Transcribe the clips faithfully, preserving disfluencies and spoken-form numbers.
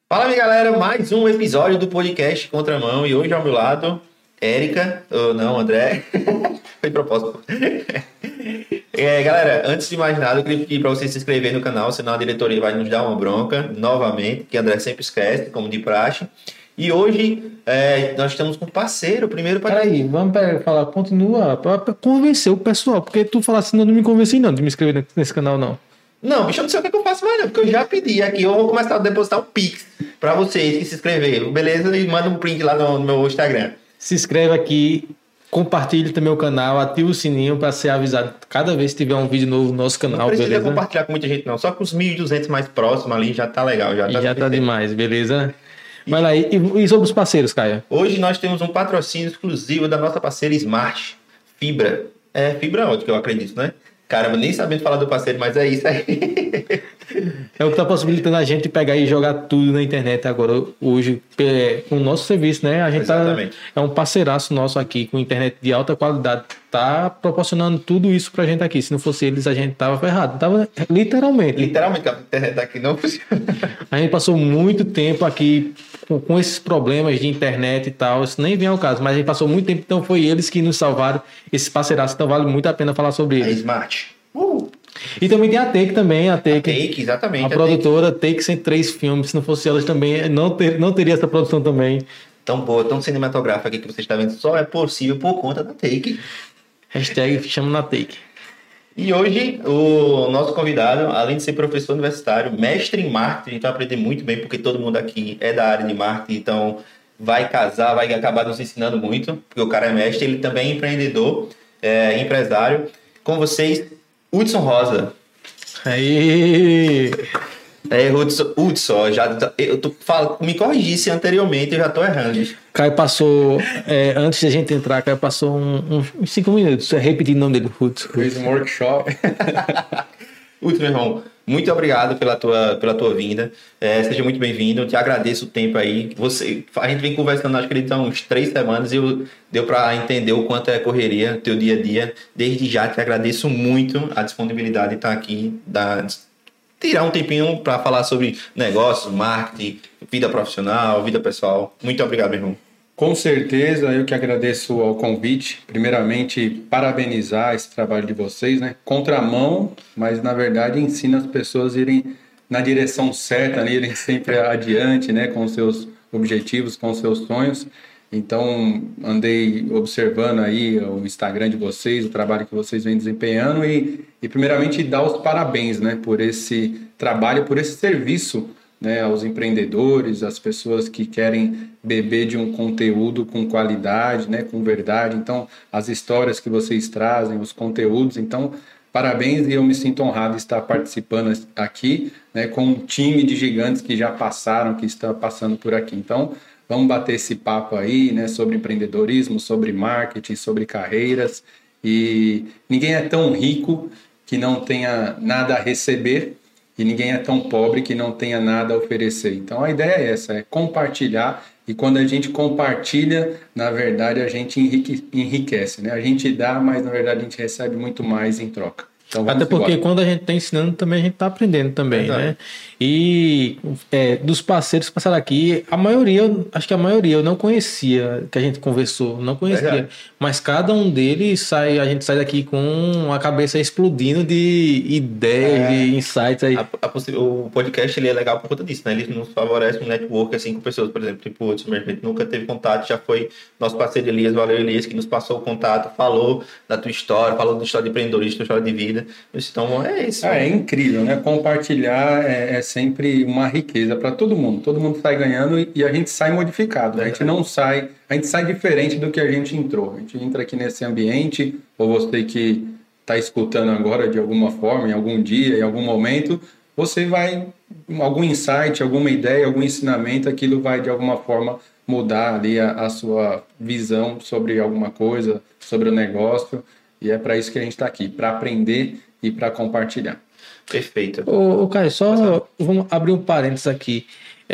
Fala, minha galera, mais um episódio do podcast Contramão e hoje ao meu lado, Érica, ou não, André, foi de propósito. É, galera, antes de mais nada, eu queria pedir para você se inscrever no canal, senão a diretoria vai nos dar uma bronca, novamente, que André sempre esquece, como de praxe. E hoje é, nós estamos com um parceiro, primeiro para... Peraí, vamos pe- falar, continua, para convencer o pessoal, porque tu falasse assim, não, não me convenci não de me inscrever nesse canal não. Não, bicho, eu não sei o que, é que eu faço mais não, porque eu já pedi aqui, eu vou começar a depositar um Pix para vocês que se inscreveram, beleza? E manda um print lá no, no meu Instagram. Se inscreve aqui, compartilhe também o canal, ativa o sininho para ser avisado cada vez que tiver um vídeo novo no nosso canal, Não precisa beleza? compartilhar com muita gente não, só com os mil e duzentos mais próximos ali já tá legal. Já E tá, já tá demais, beleza? Vai lá, e, e sobre os parceiros, Caio? Hoje nós temos um patrocínio exclusivo da nossa parceira Smart Fibra. É fibra ótica, eu acredito, né? Caramba, nem sabendo falar do parceiro, mas é isso aí. É o que tá possibilitando a gente pegar e jogar tudo na internet agora, hoje, é, com o nosso serviço, né? A gente Exatamente. tá, é um parceiraço nosso aqui, com internet de alta qualidade, tá proporcionando tudo isso pra gente aqui. Se não fosse eles, a gente tava ferrado. Tava literalmente. Literalmente, a internet aqui não funciona. A gente passou muito tempo aqui com, com esses problemas de internet e tal, isso nem vem ao caso, mas a gente passou muito tempo, então foi eles que nos salvaram, esses parceiraços, então vale muito a pena falar sobre É eles. Smart. Uh, E também tem a Take também, a Take, Take, exatamente. a a produtora Take cento e três Filmes, se não fosse elas também, não, ter, não teria essa produção também. Take. Tão boa, tão cinematográfica aqui que você está vendo, só é possível por conta da Take. Hashtag chama na Take. E hoje, o nosso convidado, além de ser professor universitário, mestre em marketing, a gente vai aprender muito bem, porque todo mundo aqui é da área de marketing, então vai casar, vai acabar nos ensinando muito, porque o cara é mestre, ele também é empreendedor, é empresário. Com vocês, Hudson Rosa. Aí, É, Hudson, Hudson, já, eu tô, fala, me corrigisse anteriormente, eu já tô errando. Caio passou, é, antes da gente entrar, Caio passou um- uns uns cinco minutos, repetindo o nome dele, Hudson. Fez um workshop. Hudson, meu irmão, muito obrigado pela tua, pela tua vinda. É, seja muito bem-vindo. Eu te agradeço o tempo aí. Você, a gente vem conversando, acho que ele há uns três semanas e eu, deu para entender o quanto é correria, teu dia a dia. Desde já te agradeço muito a disponibilidade de estar aqui, da, tirar um tempinho para falar sobre negócios, marketing, vida profissional, vida pessoal. Muito obrigado, meu irmão. Com certeza, eu que agradeço ao convite. Primeiramente, parabenizar esse trabalho de vocês, né? Contramão, mas na verdade ensina as pessoas a irem na direção certa, né? Irem sempre adiante, né? Com seus objetivos, com seus sonhos. Então, andei observando aí o Instagram de vocês, o trabalho que vocês vêm desempenhando e, e primeiramente, dar os parabéns, né? Por esse trabalho, por esse serviço, né, aos empreendedores, às pessoas que querem beber de um conteúdo com qualidade, né, com verdade. Então, as histórias que vocês trazem, os conteúdos. Então, parabéns e eu me sinto honrado de estar participando aqui, né, com um time de gigantes que já passaram, que estão passando por aqui. Então, vamos bater esse papo aí, né, sobre empreendedorismo, sobre marketing, sobre carreiras. E ninguém é tão rico que não tenha nada a receber. E ninguém é tão pobre que não tenha nada a oferecer. Então a ideia é essa, é compartilhar. E quando a gente compartilha, na verdade a gente enrique, enriquece, né? A gente dá, mas na verdade a gente recebe muito mais em troca. Então, vamos até porque embora. quando a gente está ensinando também a gente está aprendendo também, Exato. né? E é, dos parceiros que passaram aqui, a maioria, eu- acho que a maioria eu não conhecia, que a gente conversou, não conhecia. Verdade. Mas cada um deles sai, a gente sai daqui com a cabeça explodindo de ideias, É. de insights aí. A- a possi- o podcast ele é legal por conta disso, né? Ele nos favorece um network assim com pessoas, por exemplo, tipo o Hudson, a gente nunca teve contato, já foi nosso parceiro Elias, valeu Elias, que nos passou o contato, falou da tua história, falou da história de empreendedorismo, da história de vida. Eu disse, então é isso. Ah, é incrível, né? Compartilhar é, é sempre uma riqueza para todo mundo. Todo mundo sai ganhando e, e a gente sai modificado. A gente não sai, a gente sai diferente do que a gente entrou. A gente entra aqui nesse ambiente, ou você que está escutando agora de alguma forma, em algum dia, em algum momento, você vai, algum insight, alguma ideia, algum ensinamento, aquilo vai de alguma forma mudar ali a, a sua visão sobre alguma coisa, sobre o negócio. E é para isso que a gente está aqui, para aprender e para compartilhar. Perfeito. Ô, ô Caio, só vamos abrir um parênteses aqui.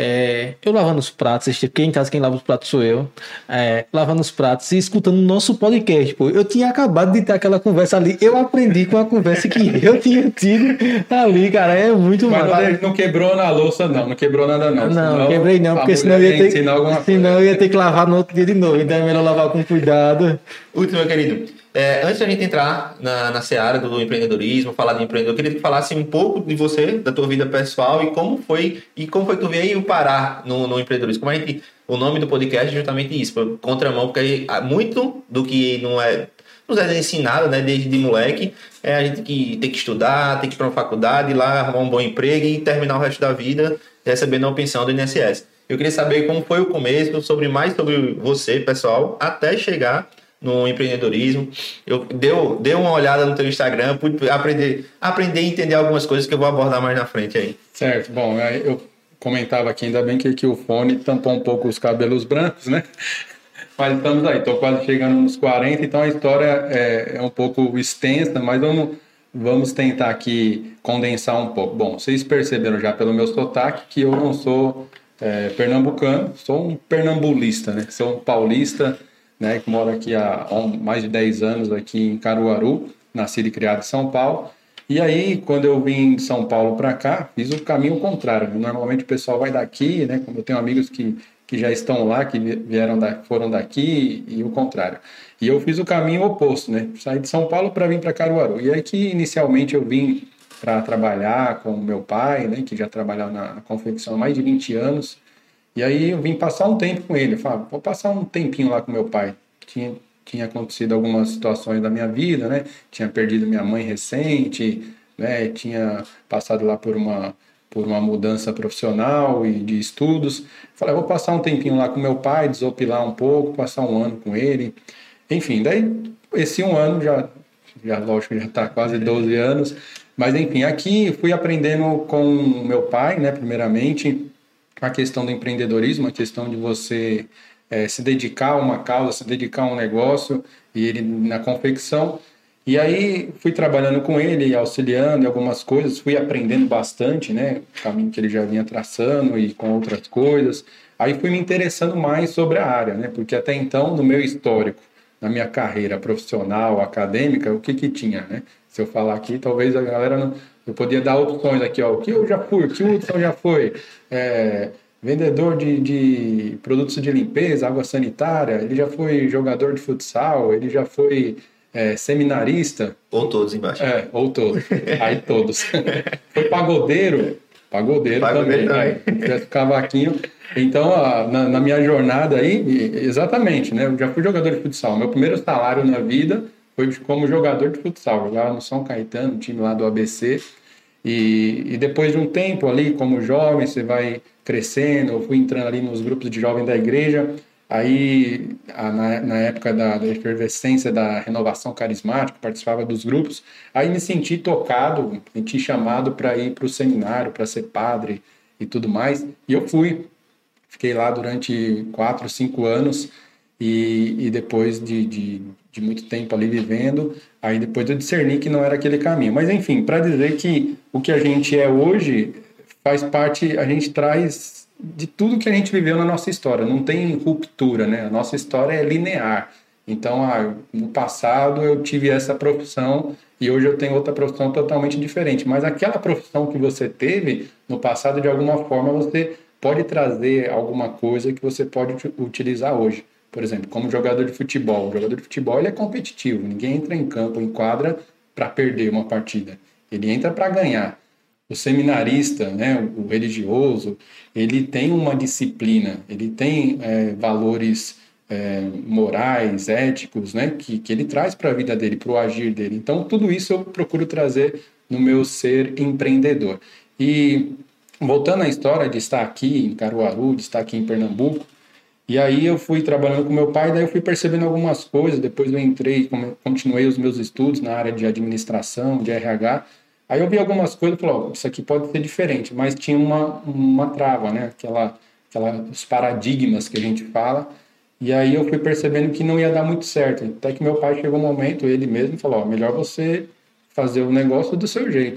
É, eu lavando os pratos, quem em casa quem lava os pratos sou eu, é, lavando os pratos e escutando o nosso podcast, pô. Eu tinha acabado de ter aquela conversa ali, eu aprendi com a conversa que eu tinha tido ali, cara, é muito Mas massa. não, não quebrou na louça, não, não quebrou nada, não. Não, senão, quebrei não, porque senão eu, ia ter, senão eu ia ter que lavar no outro dia de novo, então é melhor lavar com cuidado. Último, meu querido. É, antes da gente entrar na, na seara do empreendedorismo, falar de empreendedor, eu queria que falasse um pouco de você, da tua vida pessoal e como foi e como foi que tu veio parar no, no empreendedorismo. Como a gente, o nome do podcast é justamente isso, contramão, porque aí, muito do que não é, nos é ensinado, né, desde de moleque, é a gente que tem que estudar, tem que ir para uma faculdade, ir lá arrumar um bom emprego e terminar o resto da vida recebendo uma pensão do I N S S. Eu queria saber como foi o começo, sobre mais sobre você, pessoal, até chegar no empreendedorismo. Eu deu, deu uma olhada no teu Instagram, pude aprender, aprender a entender algumas coisas que eu vou abordar mais na frente aí. Certo, bom, eu comentava aqui, ainda bem que aqui o fone tampou um pouco os cabelos brancos, né? Mas estamos aí, estou quase chegando nos quarenta, então a história é, é um pouco extensa, mas vamos, vamos tentar aqui condensar um pouco. Bom, vocês perceberam já pelo meu sotaque que eu não sou é, pernambucano, sou um pernambulista, né? Sou um paulista, né, que mora aqui há mais de dez anos aqui em Caruaru, nascido e criado em São Paulo. E aí, quando eu vim de São Paulo para cá, fiz o caminho contrário. Normalmente o pessoal vai daqui, né, como eu tenho amigos que, que já estão lá, que vieram da, foram daqui, e o contrário. E eu fiz o caminho oposto, né, saí de São Paulo para vir para Caruaru. E aí que inicialmente eu vim para trabalhar com meu pai, né, que já trabalhava na, na confecção há mais de vinte anos. E aí eu vim passar um tempo com ele. Eu falei, vou passar um tempinho lá com meu pai. Tinha, tinha acontecido algumas situações da minha vida, né? Tinha perdido minha mãe recente, né? Tinha passado lá por uma, por uma mudança profissional e de estudos. Falei, vou passar um tempinho lá com meu pai, desopilar um pouco, passar um ano com ele. Enfim, daí esse um ano já, já lógico, já está quase doze anos. Mas enfim, aqui fui aprendendo com meu pai, né? Primeiramente, a questão do empreendedorismo, a questão de você é, se dedicar a uma causa, se dedicar a um negócio, e ele na confecção. E aí fui trabalhando com ele, auxiliando em algumas coisas, fui aprendendo bastante, né, o caminho que ele já vinha traçando e com outras coisas. Aí fui me interessando mais sobre a área, né, porque até então, no meu histórico, na minha carreira profissional, acadêmica, o que que tinha, né? Se eu falar aqui, talvez a galera não... Eu podia dar opções aqui, ó, o que eu já fui, o que o Hudson já foi, é, vendedor de, de produtos de limpeza, água sanitária, ele já foi jogador de futsal, ele já foi é, seminarista. Ou todos embaixo. É, ou todos, aí todos. Foi pagodeiro, pagodeiro, pagodeiro também, também. Aí, cavaquinho. Então, a, na, na minha jornada aí, exatamente, né, eu já fui jogador de futsal, meu primeiro salário na vida foi como jogador de futsal, jogava no São Caetano, time lá do A B C, e, e depois de um tempo ali, como jovem, você vai crescendo, eu fui entrando ali nos grupos de jovem da igreja, aí a, na, na época da, da efervescência da renovação carismática, participava dos grupos, aí me senti tocado, me senti chamado para ir para o seminário, para ser padre e tudo mais, e eu fui, fiquei lá durante quatro, cinco anos, e, e depois de, de de muito tempo ali vivendo, aí depois eu discerni que não era aquele caminho. Mas enfim, para dizer que o que a gente é hoje faz parte, a gente traz de tudo que a gente viveu na nossa história, não tem ruptura, né? A nossa história é linear. Então, ah, no passado eu tive essa profissão e hoje eu tenho outra profissão totalmente diferente, mas aquela profissão que você teve no passado, de alguma forma, você pode trazer alguma coisa que você pode utilizar hoje. Por exemplo, como jogador de futebol. O jogador de futebol ele é competitivo. Ninguém entra em campo, em quadra, para perder uma partida. Ele entra para ganhar. O seminarista, né, o religioso, ele tem uma disciplina, ele tem é, valores é, morais, éticos, né, que, que ele traz para a vida dele, para o agir dele. Então, tudo isso eu procuro trazer no meu ser empreendedor. E voltando à história de estar aqui em Caruaru, de estar aqui em Pernambuco, e aí eu fui trabalhando com meu pai, daí eu fui percebendo algumas coisas, depois eu entrei, continuei os meus estudos na área de administração, de R H, aí eu vi algumas coisas e falei, oh, isso aqui pode ser diferente, mas tinha uma, uma trava, né, aquela, aquela, os paradigmas que a gente fala, e aí eu fui percebendo que não ia dar muito certo, até que meu pai chegou um momento, ele mesmo falou, oh, melhor você fazer o negócio do seu jeito,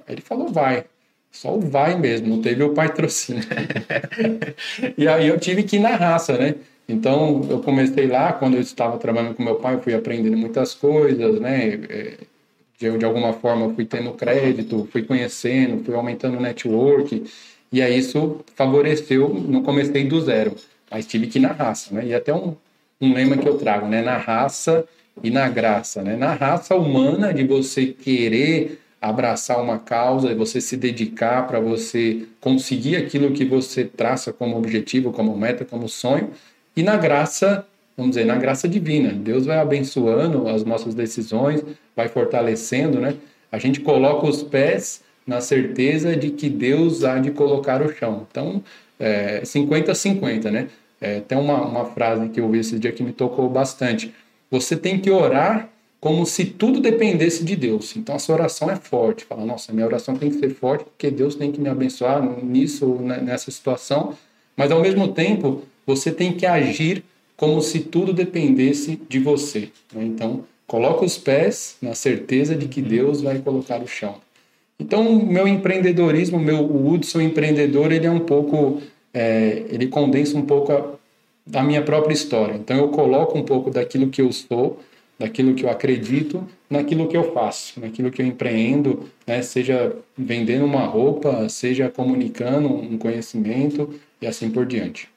Aí ele falou, vai. Só o vai mesmo, não teve o patrocínio. E aí eu tive que ir na raça, né? Então, eu comecei lá, quando eu estava trabalhando com meu pai, eu fui aprendendo muitas coisas, né? De, de alguma forma, eu fui tendo crédito, fui conhecendo, fui aumentando o network. E aí isso favoreceu, não comecei do zero, mas tive que ir na raça, né? E até um, um lema que eu trago, né? Na raça e na graça, né? Na raça humana, de você querer abraçar uma causa, você se dedicar para você conseguir aquilo que você traça como objetivo, como meta, como sonho, e na graça, vamos dizer, na graça divina. Deus vai abençoando as nossas decisões, vai fortalecendo, né? A gente coloca os pés na certeza de que Deus há de colocar o chão. Então, é cinquenta a cinquenta, né? É, tem uma, uma frase que eu vi esse dia que me tocou bastante. Você tem que orar como se tudo dependesse de Deus. Então, a sua oração é forte. Fala, nossa, minha oração tem que ser forte porque Deus tem que me abençoar nisso, nessa situação. Mas, ao mesmo tempo, você tem que agir como se tudo dependesse de você. Então, coloca os pés na certeza de que Deus vai colocar o chão. Então, o meu empreendedorismo, meu, o Hudson empreendedor, ele é um pouco, é, ele condensa um pouco a, da minha própria história. Então, eu coloco um pouco daquilo que eu sou, daquilo que eu acredito, naquilo que eu faço, naquilo que eu empreendo, né? Seja vendendo uma roupa, seja comunicando um conhecimento e assim por diante.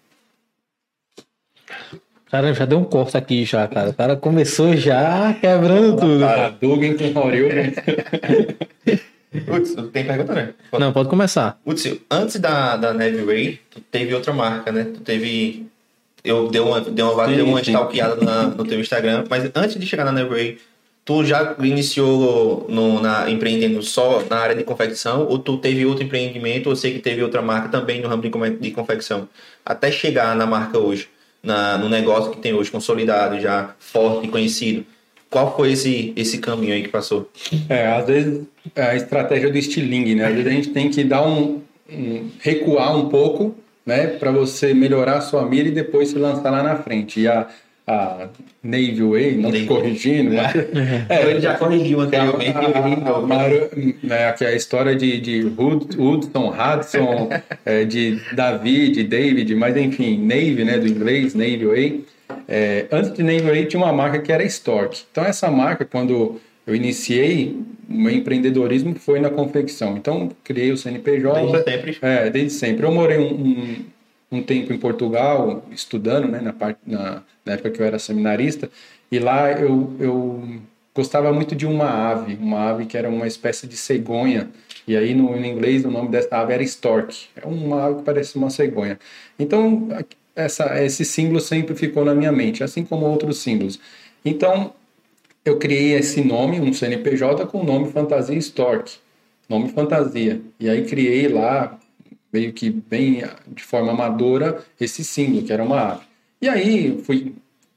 Cara, já deu um corte aqui já, cara. O cara começou já quebrando tudo. Cara, Dugan com Horil. Putz, tem pergunta, né? Pode... Não, pode começar. Putz, antes da, da Navy Ray, tu teve outra marca, né? Tu teve... Eu dei uma, dei uma, sim, dei uma stalkeada na, no teu Instagram, mas antes de chegar na Navy Ray, tu já iniciou no, na, empreendendo só na área de confecção, ou tu teve outro empreendimento, ou sei que teve outra marca também no ramo de, de confecção, até chegar na marca hoje, na, no negócio que tem hoje, consolidado, já forte e conhecido? Qual foi esse, esse caminho aí que passou? É, às vezes é a estratégia do estilingue, né? Às vezes a gente tem que dar um, um recuar um pouco, né, para você melhorar a sua mira e depois se lançar lá na frente. E a, a Navy Way, não te corrigindo, mas... É, ele já corrigiu anteriormente. É, aqui a história de, de Hudson, Hudson, é, de David, de David, mas enfim, Navy, né, do inglês, Navy Way. É, antes de Navy Way tinha uma marca que era Stork. Então essa marca, quando eu iniciei, o meu empreendedorismo foi na confecção. Então, criei o C N P J. Desde sempre? É, desde sempre. Eu morei um, um, um tempo em Portugal, estudando, né, na, parte, na, na época que eu era seminarista, e lá eu, eu gostava muito de uma ave, uma ave que era uma espécie de cegonha, e aí no, em inglês o nome dessa ave era Stork. É uma ave que parece uma cegonha. Então, essa, esse símbolo sempre ficou na minha mente, assim como outros símbolos. Então, eu criei esse nome, um C N P J com o nome Fantasia Stork, nome fantasia. E aí criei lá, meio que bem de forma amadora, esse símbolo, que era uma ave. E aí fui,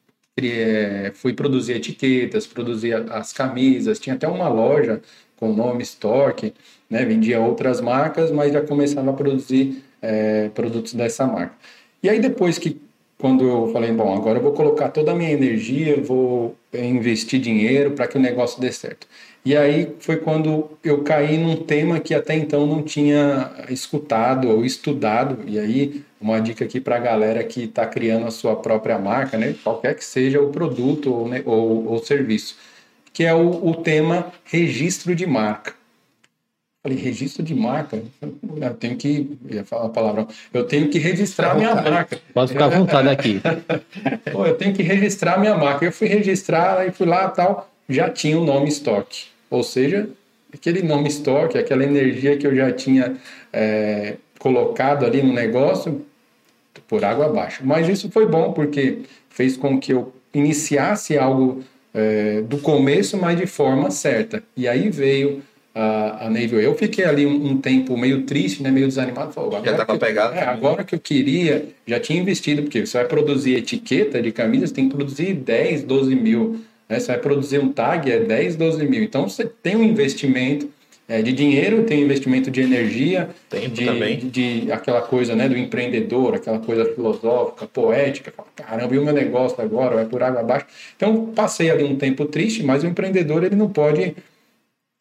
criei, fui produzir etiquetas, produzir as camisas, tinha até uma loja com o nome Stork, né? Vendia outras marcas, mas já começava a produzir é, produtos dessa marca. E aí depois que quando eu falei, bom, agora eu vou colocar toda a minha energia, vou investir dinheiro para que o negócio dê certo. E aí foi quando eu caí num tema que até então não tinha escutado ou estudado. E aí, uma dica aqui para a galera que está criando a sua própria marca, né? Qualquer que seja o produto ou, né, ou, ou serviço, que é o, o tema registro de marca. Falei, registro de marca? Eu tenho que... Eu ia falar a palavra. Eu tenho que registrar a minha marca. Pode ficar à vontade aqui. Pô, eu tenho que registrar a minha marca. Eu fui registrar, aí fui lá e tal, já tinha o nome Stork. Ou seja, aquele nome Stork, aquela energia que eu já tinha é, colocado ali no negócio, por água abaixo. Mas isso foi bom, porque fez com que eu iniciasse algo é, do começo, mas de forma certa. E aí veio... a Navy Way. Eu fiquei ali um, um tempo meio triste, né, meio desanimado. Falei, já estava pegado. É, agora que eu queria, já tinha investido, porque você vai produzir etiqueta de camisa, você tem que produzir dez, doze mil. Né? Você vai produzir um tag, é dez, doze mil. Então você tem um investimento é, de dinheiro, tem um investimento de energia, tempo de, também. De, de aquela coisa, né, do empreendedor, aquela coisa filosófica, poética. Caramba, e o meu negócio agora vai por água abaixo. Então passei ali um tempo triste, mas o empreendedor ele não pode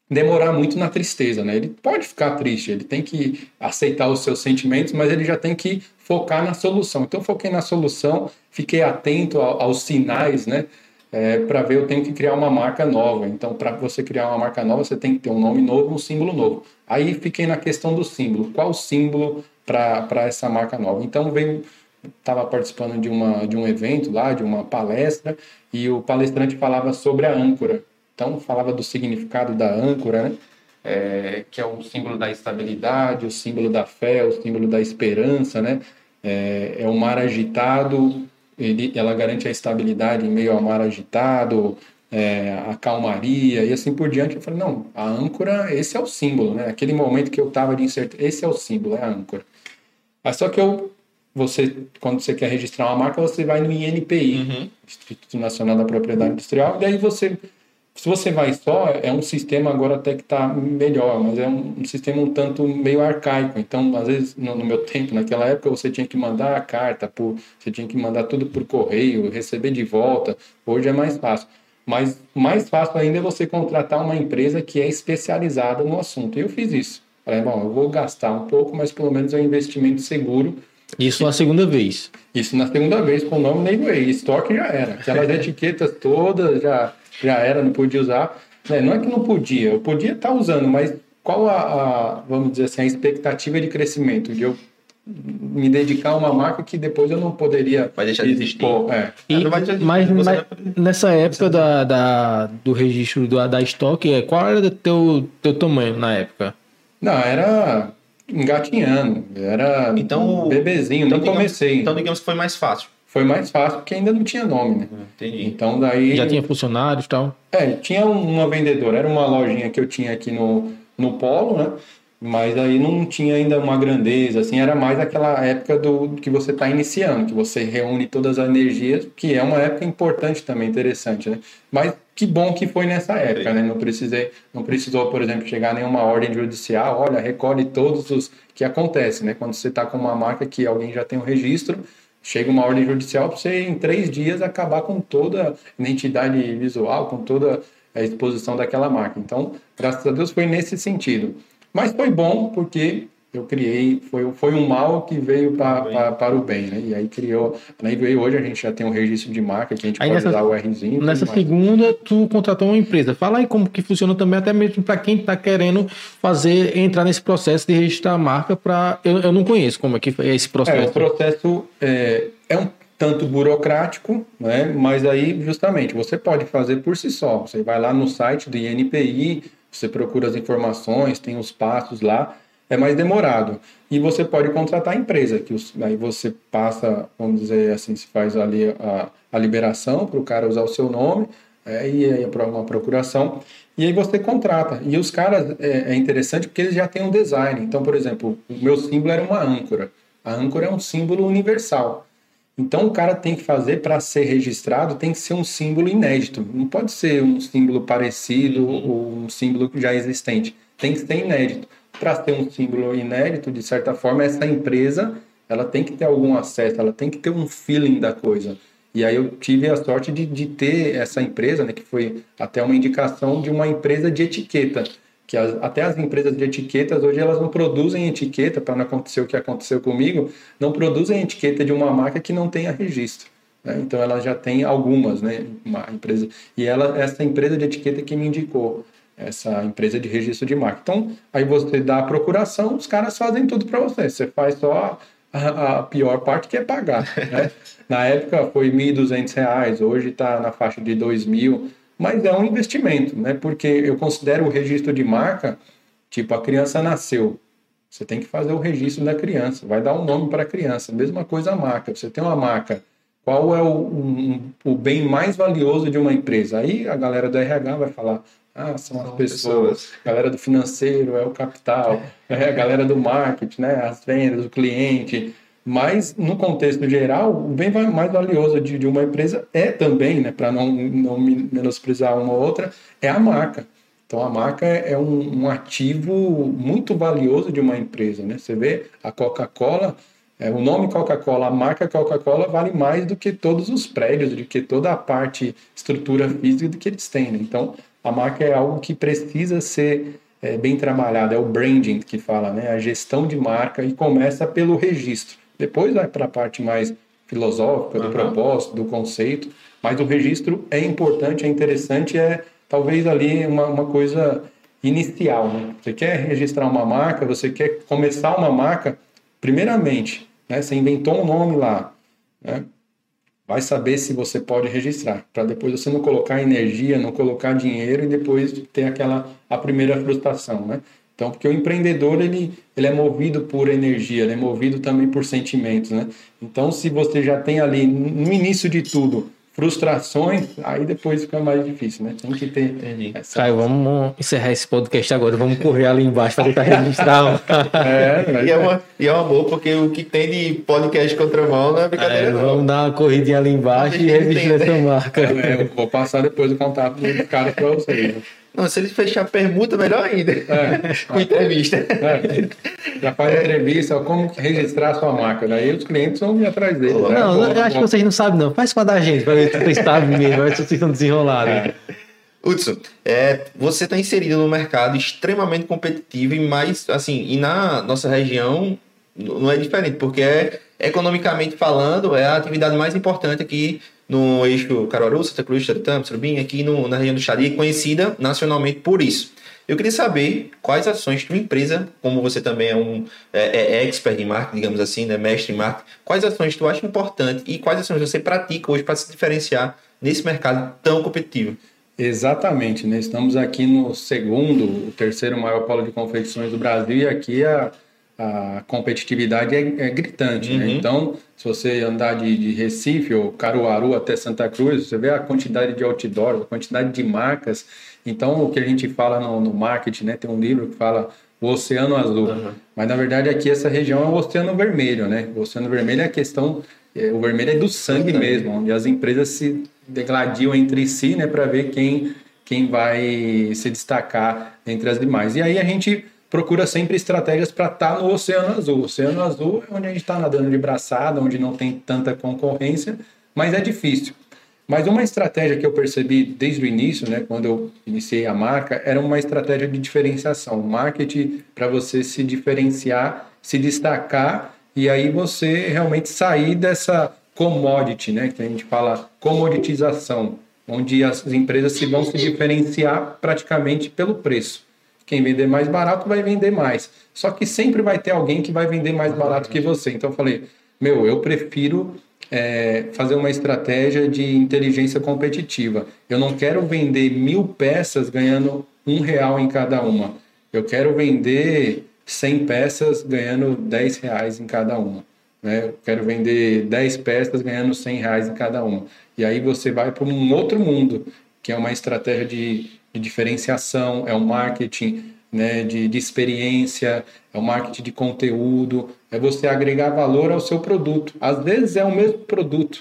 demorar muito na tristeza, né? Ele pode ficar triste, ele tem que aceitar os seus sentimentos, mas ele já tem que focar na solução. Então, eu foquei na solução, fiquei atento aos sinais, né? É, para ver, eu tenho que criar uma marca nova. Então, para você criar uma marca nova, você tem que ter um nome novo, um símbolo novo. Aí, fiquei na questão do símbolo. Qual símbolo para essa marca nova? Então, veio... Estava participando de, uma, de um evento lá, de uma palestra, e o palestrante falava sobre a âncora. Então, falava do significado da âncora, né? É, que é o símbolo da estabilidade, o símbolo da fé, o símbolo da esperança, né? É, é o mar agitado, ele, ela garante a estabilidade em meio ao mar agitado, é, a calmaria e assim por diante. Eu falei, não, a âncora, esse é o símbolo, né? Aquele momento que eu estava de incerteza, esse é o símbolo, é a âncora. Mas só que eu... Você, quando você quer registrar uma marca, você vai no I N P I, uhum. Instituto Nacional da Propriedade Industrial, e daí você, se você vai só, é um sistema agora até que está melhor, mas é um, um sistema um tanto meio arcaico. Então, às vezes, no, no meu tempo, naquela época, você tinha que mandar a carta, por, você tinha que mandar tudo por correio, receber de volta. Hoje é mais fácil. Mas mais fácil ainda é você contratar uma empresa que é especializada no assunto. E eu fiz isso. Falei, bom, eu vou gastar um pouco, mas pelo menos é um investimento seguro. Isso na segunda vez. Isso na segunda vez, com o nome Nailway. Estoque já era. Aquelas etiquetas todas já, já era, não podia usar. Não é que não podia, eu podia estar usando, mas qual a, a, vamos dizer assim, a expectativa de crescimento? De eu me dedicar a uma marca que depois eu não poderia... Vai deixar de existir. É. E, mas, mas nessa época da, da, do registro da, da estoque, qual era o teu, teu tamanho na época? Não, era... engatinhando, era então, bebezinho, então, não digamos, comecei. Então, digamos que foi mais fácil. Foi mais fácil porque ainda não tinha nome, né? Entendi. Então, daí... Já tinha funcionários e tal? É, tinha uma vendedora, era uma lojinha que eu tinha aqui no, no Polo, né? Mas aí não tinha ainda uma grandeza, assim, era mais aquela época do que você está iniciando, que você reúne todas as energias, que é uma época importante também, interessante, né? Mas que bom que foi nessa época, né? Não precisei, não precisou, por exemplo, chegar a nenhuma ordem judicial, olha, recolhe todos os que acontecem, né? Quando você está com uma marca que alguém já tem um registro, chega uma ordem judicial para você, em três dias, acabar com toda a identidade visual, com toda a exposição daquela marca. Então, graças a Deus, foi nesse sentido. Mas foi bom porque eu criei, foi, foi um mal que veio pra, pra, para o bem, né? E aí criou, aí veio hoje a gente já tem um registro de marca que a gente aí pode nessa, usar o Rzinho. Nessa segunda, tu contratou uma empresa. Fala aí como que funciona também, até mesmo para quem está querendo fazer, entrar nesse processo de registrar a marca para... Eu, eu não conheço como é que é esse processo. É, o processo é, é um tanto burocrático, né? Mas aí justamente você pode fazer por si só. Você vai lá no site do I N P I, você procura as informações, tem os passos lá, é mais demorado. E você pode contratar a empresa, que os, aí você passa, vamos dizer assim, se faz ali a, a liberação para o cara usar o seu nome, é, e aí uma procuração, e aí você contrata. E os caras, é, é interessante porque eles já têm um design. Então, por exemplo, o meu símbolo era uma âncora. A âncora é um símbolo universal. Então, o cara tem que fazer, para ser registrado, tem que ser um símbolo inédito. Não pode ser um símbolo parecido ou um símbolo já existente. Tem que ser inédito. Para ter um símbolo inédito, de certa forma, essa empresa ela tem que ter algum acesso, ela tem que ter um feeling da coisa. E aí eu tive a sorte de, de ter essa empresa, né, que foi até uma indicação de uma empresa de etiqueta. Que as, até as empresas de etiquetas, hoje elas não produzem etiqueta, para não acontecer o que aconteceu comigo, não produzem etiqueta de uma marca que não tenha registro. Né? Então ela já tem algumas, né, uma empresa. E ela, essa empresa de etiqueta que me indicou, essa empresa de registro de marca. Então, aí você dá a procuração, os caras fazem tudo para você. Você faz só a, a pior parte, que é pagar. Né? Na época foi mil e duzentos reais, hoje está na faixa de dois mil. Mas é um investimento, né? Porque eu considero o registro de marca, tipo, a criança nasceu, você tem que fazer o registro da criança, vai dar um nome para a criança. Mesma coisa a marca, você tem uma marca, qual é o, um, o bem mais valioso de uma empresa? Aí a galera do R H vai falar, ah, são as pessoas, pessoas. A galera do financeiro é o capital, é a galera do marketing, né? As vendas, o cliente... Mas, no contexto geral, o bem mais valioso de, de uma empresa é também, né, para não, não menosprezar uma ou outra, é a marca. Então, a marca é um, um ativo muito valioso de uma empresa. Né? Você vê a Coca-Cola, é, o nome Coca-Cola, a marca Coca-Cola vale mais do que todos os prédios, do que toda a parte, estrutura física do que eles têm. Né? Então, a marca é algo que precisa ser é, bem trabalhado, é o branding que fala, né? A gestão de marca, e começa pelo registro. Depois vai para a parte mais filosófica, do uhum. propósito, do conceito, mas o registro é importante, é interessante, é talvez ali uma, uma coisa inicial, né? Você quer registrar uma marca, você quer começar uma marca, primeiramente, né? Você inventou um nome lá, né? Vai saber se você pode registrar, para depois você não colocar energia, não colocar dinheiro e depois ter aquela, a primeira frustração, né? Então, porque o empreendedor, ele, ele é movido por energia, ele é movido também por sentimentos, né? Então, se você já tem ali, no início de tudo, frustrações, aí depois fica mais difícil, né? Tem que ter... Essa... Caio, vamos encerrar esse podcast agora, vamos correr ali embaixo para tentar registrar. é, mas... e, é uma, e é uma boa, porque o que tem de podcast contramão não é brincadeira, é, não. Vamos dar uma corridinha ali embaixo e registrar essa marca. É, eu vou passar depois o contato do cara para vocês. Não, se ele fechar permuta, melhor ainda. É. Com entrevista. É. Já faz entrevista, como registrar a sua marca. Daí os clientes vão vir atrás dele. Não, né? não, Bom, eu acho bom. que vocês não sabem, não. Faz com a da gente, para ver se vocês sabem mesmo, para ver se vocês estão desenrolados. É. Hudson, é, você está inserido num mercado extremamente competitivo e mais, assim, e na nossa região não é diferente, porque é, economicamente falando, é a atividade mais importante aqui no eixo Caruaru, Santa Cruz, Taritama, Surubim, aqui no, na região do Xari, conhecida nacionalmente por isso. Eu queria saber quais ações tua empresa, como você também é um é, é expert em marketing, digamos assim, né, mestre em marketing, quais ações tu acha importante e quais ações você pratica hoje para se diferenciar nesse mercado tão competitivo? Exatamente, né? Estamos aqui no segundo, o terceiro maior polo de confecções do Brasil, e aqui a, a competitividade é, é gritante, uhum. né? Então, se você andar de, de Recife ou Caruaru até Santa Cruz, você vê a quantidade de outdoors, a quantidade de marcas. Então, o que a gente fala no, no marketing, né? Tem um livro que fala o Oceano Azul, uhum. mas na verdade aqui essa região é o Oceano Vermelho, né? O Oceano Vermelho é a questão, é, o vermelho é do sangue uhum. mesmo, onde as empresas se degladiam entre si, né, para ver quem, quem vai se destacar entre as demais. E aí a gente procura sempre estratégias para estar no Oceano Azul. O Oceano Azul é onde a gente está nadando de braçada, onde não tem tanta concorrência, mas é difícil. Mas uma estratégia que eu percebi desde o início, né, quando eu iniciei a marca, era uma estratégia de diferenciação. Marketing para você se diferenciar, se destacar, e aí você realmente sair dessa commodity, né, que a gente fala comoditização, onde as empresas se vão se diferenciar praticamente pelo preço. Quem vender mais barato vai vender mais. Só que sempre vai ter alguém que vai vender mais barato que você. Então eu falei, meu, eu prefiro é, fazer uma estratégia de inteligência competitiva. Eu não quero vender mil peças ganhando um real em cada uma. Eu quero vender cem peças ganhando dez reais em cada uma. Eu quero vender dez peças ganhando cem reais em cada uma. E aí você vai para um outro mundo, que é uma estratégia de, de diferenciação, é um marketing, né, de, de experiência, é um marketing de conteúdo, é você agregar valor ao seu produto. Às vezes é o mesmo produto,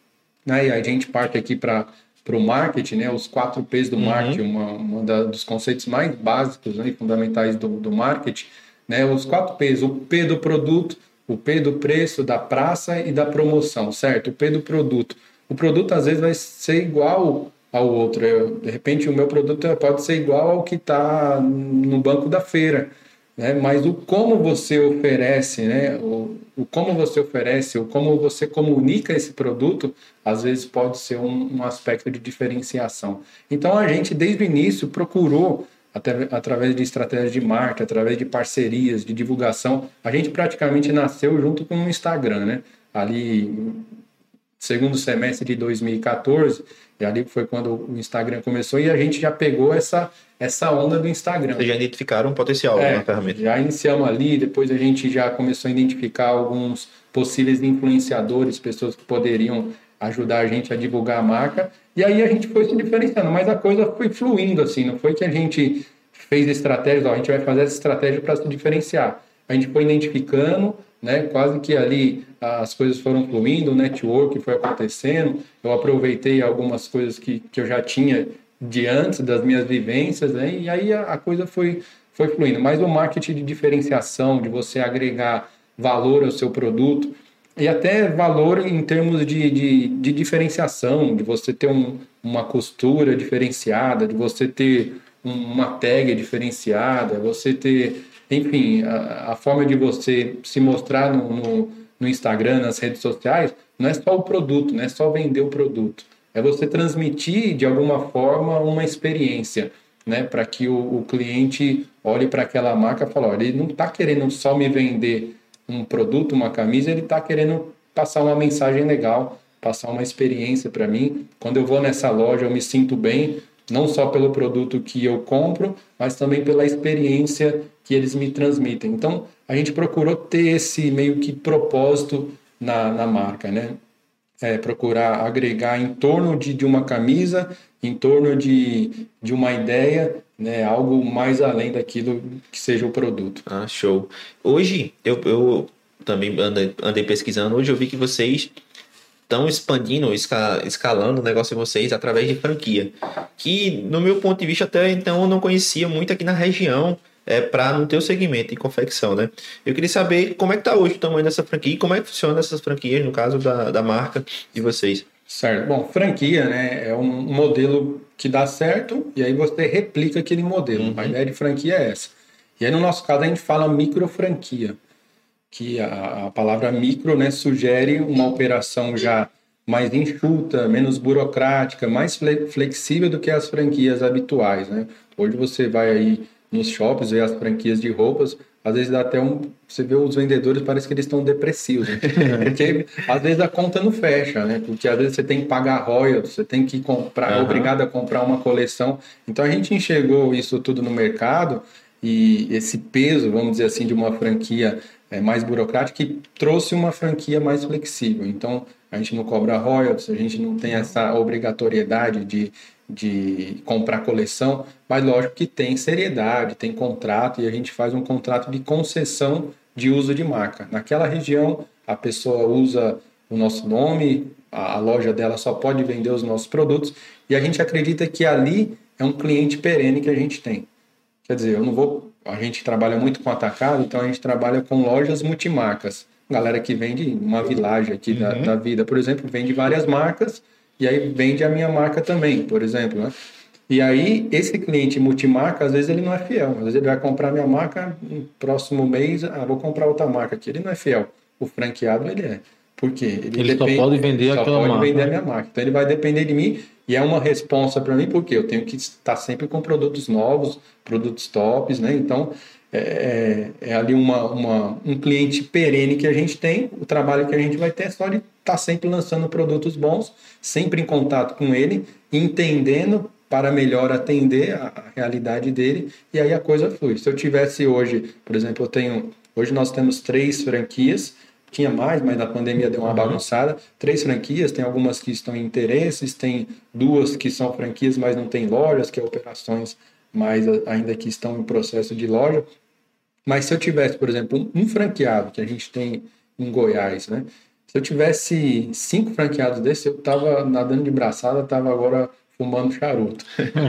né? E a gente parte aqui para o marketing, né, os quatro P's do uhum. marketing, uma, uma da, dos conceitos mais básicos, né, e fundamentais do, do marketing, né, os quatro P's, o P do produto, o P do preço, da praça e da promoção, certo? O P do produto. O produto, às vezes, vai ser igual ao outro. Eu, de repente, o meu produto pode ser igual ao que está no banco da feira, né? Mas o como você oferece, né? O, o como você oferece, o como você comunica esse produto, às vezes pode ser um, um aspecto de diferenciação. Então, a gente, desde o início, procurou, até através de estratégias de marketing, através de parcerias, de divulgação. A gente praticamente nasceu junto com o Instagram, né? Ali, segundo semestre de dois mil e quatorze, e ali foi quando o Instagram começou, e a gente já pegou essa, essa onda do Instagram. Vocês já identificaram um potencial é, na ferramenta. Já iniciamos ali, depois a gente já começou a identificar alguns possíveis influenciadores, pessoas que poderiam ajudar a gente a divulgar a marca, e aí a gente foi se diferenciando, mas a coisa foi fluindo, assim, não foi que a gente fez estratégias, ó, a gente vai fazer essa estratégia para se diferenciar. A gente foi identificando, né, quase que ali as coisas foram fluindo, o network foi acontecendo, eu aproveitei algumas coisas que, que eu já tinha de antes das minhas vivências, né, e aí a, a coisa foi, foi fluindo. Mas o marketing de diferenciação, de você agregar valor ao seu produto, e até valor em termos de, de, de diferenciação, de você ter um, uma costura diferenciada, de você ter uma tag diferenciada, você ter, enfim, a, a forma de você se mostrar no, no, no Instagram, nas redes sociais, não é só o produto, não é só vender o produto, é você transmitir de alguma forma uma experiência, né, para que o, o cliente olhe para aquela marca e fale, olha, ele não está querendo só me vender um produto, uma camisa, ele está querendo passar uma mensagem legal, passar uma experiência para mim. Quando eu vou nessa loja, eu me sinto bem, não só pelo produto que eu compro, mas também pela experiência que eles me transmitem. Então, a gente procurou ter esse meio que propósito na, na marca, né? É, procurar agregar em torno de, de uma camisa, em torno de, de uma ideia, né, algo mais além daquilo que seja o produto. Ah, show. Hoje, eu, eu também andei, andei pesquisando, hoje eu vi que vocês estão expandindo, esca, escalando o negócio de vocês através de franquia, que no meu ponto de vista até então eu não conhecia muito aqui na região, é, para não ter o segmento de confecção, né? Eu queria saber como é que está hoje o tamanho dessa franquia e como é que funciona essas franquias, no caso da, da marca de vocês. Certo. Bom, franquia, né, é um modelo que dá certo e aí você replica aquele modelo. Uhum. A ideia de franquia é essa. E aí, no nosso caso, a gente fala micro franquia, que a, a palavra micro, né, sugere uma operação já mais enxuta, menos burocrática, mais flexível do que as franquias habituais, né? Hoje você vai aí nos shoppings, vê as franquias de roupas, às vezes dá até um... Você vê os vendedores, parece que eles estão depressivos, né? Porque às vezes a conta não fecha, né? Porque às vezes você tem que pagar royalties, você tem que comprar, uhum. é obrigado a comprar uma coleção. Então a gente enxergou isso tudo no mercado e esse peso, vamos dizer assim, de uma franquia é, mais burocrática que trouxe uma franquia mais flexível. Então a gente não cobra royalties, a gente não tem essa obrigatoriedade de... de comprar coleção, mas lógico que tem seriedade, tem contrato e a gente faz um contrato de concessão de uso de marca. Naquela região, a pessoa usa o nosso nome, a loja dela só pode vender os nossos produtos e a gente acredita que ali é um cliente perene que a gente tem. Quer dizer, eu não vou... A gente trabalha muito com atacado, então a gente trabalha com lojas multimarcas. Galera que vende uma Village aqui uhum. da, da vida, por exemplo, vende várias marcas. E aí vende a minha marca também, por exemplo, né? E aí, esse cliente multimarca, às vezes ele não é fiel. Às vezes ele vai comprar minha marca, no próximo mês, ah, vou comprar outra marca aqui. Ele não é fiel. O franqueado, ele é. Por quê? Ele, ele depende, só pode vender só aquela pode marca. vender a minha marca. Então, ele vai depender de mim e é uma responsa para mim, porque eu tenho que estar sempre com produtos novos, produtos tops, né? Então, é, é ali uma, uma, um cliente perene que a gente tem. O trabalho que a gente vai ter é só de estar sempre lançando produtos bons, sempre em contato com ele, entendendo para melhor atender a, a realidade dele, e aí a coisa flui. Se eu tivesse hoje, por exemplo, eu tenho, hoje nós temos três franquias, tinha mais, mas na pandemia deu uma bagunçada, três franquias, tem algumas que estão em interesses, tem duas que são franquias, mas não tem lojas, que é operações, mas ainda que estão em processo de loja. Mas se eu tivesse, por exemplo, um franqueado que a gente tem em Goiás, né? Se eu tivesse cinco franqueados desses, eu tava nadando de braçada, tava agora fumando charuto.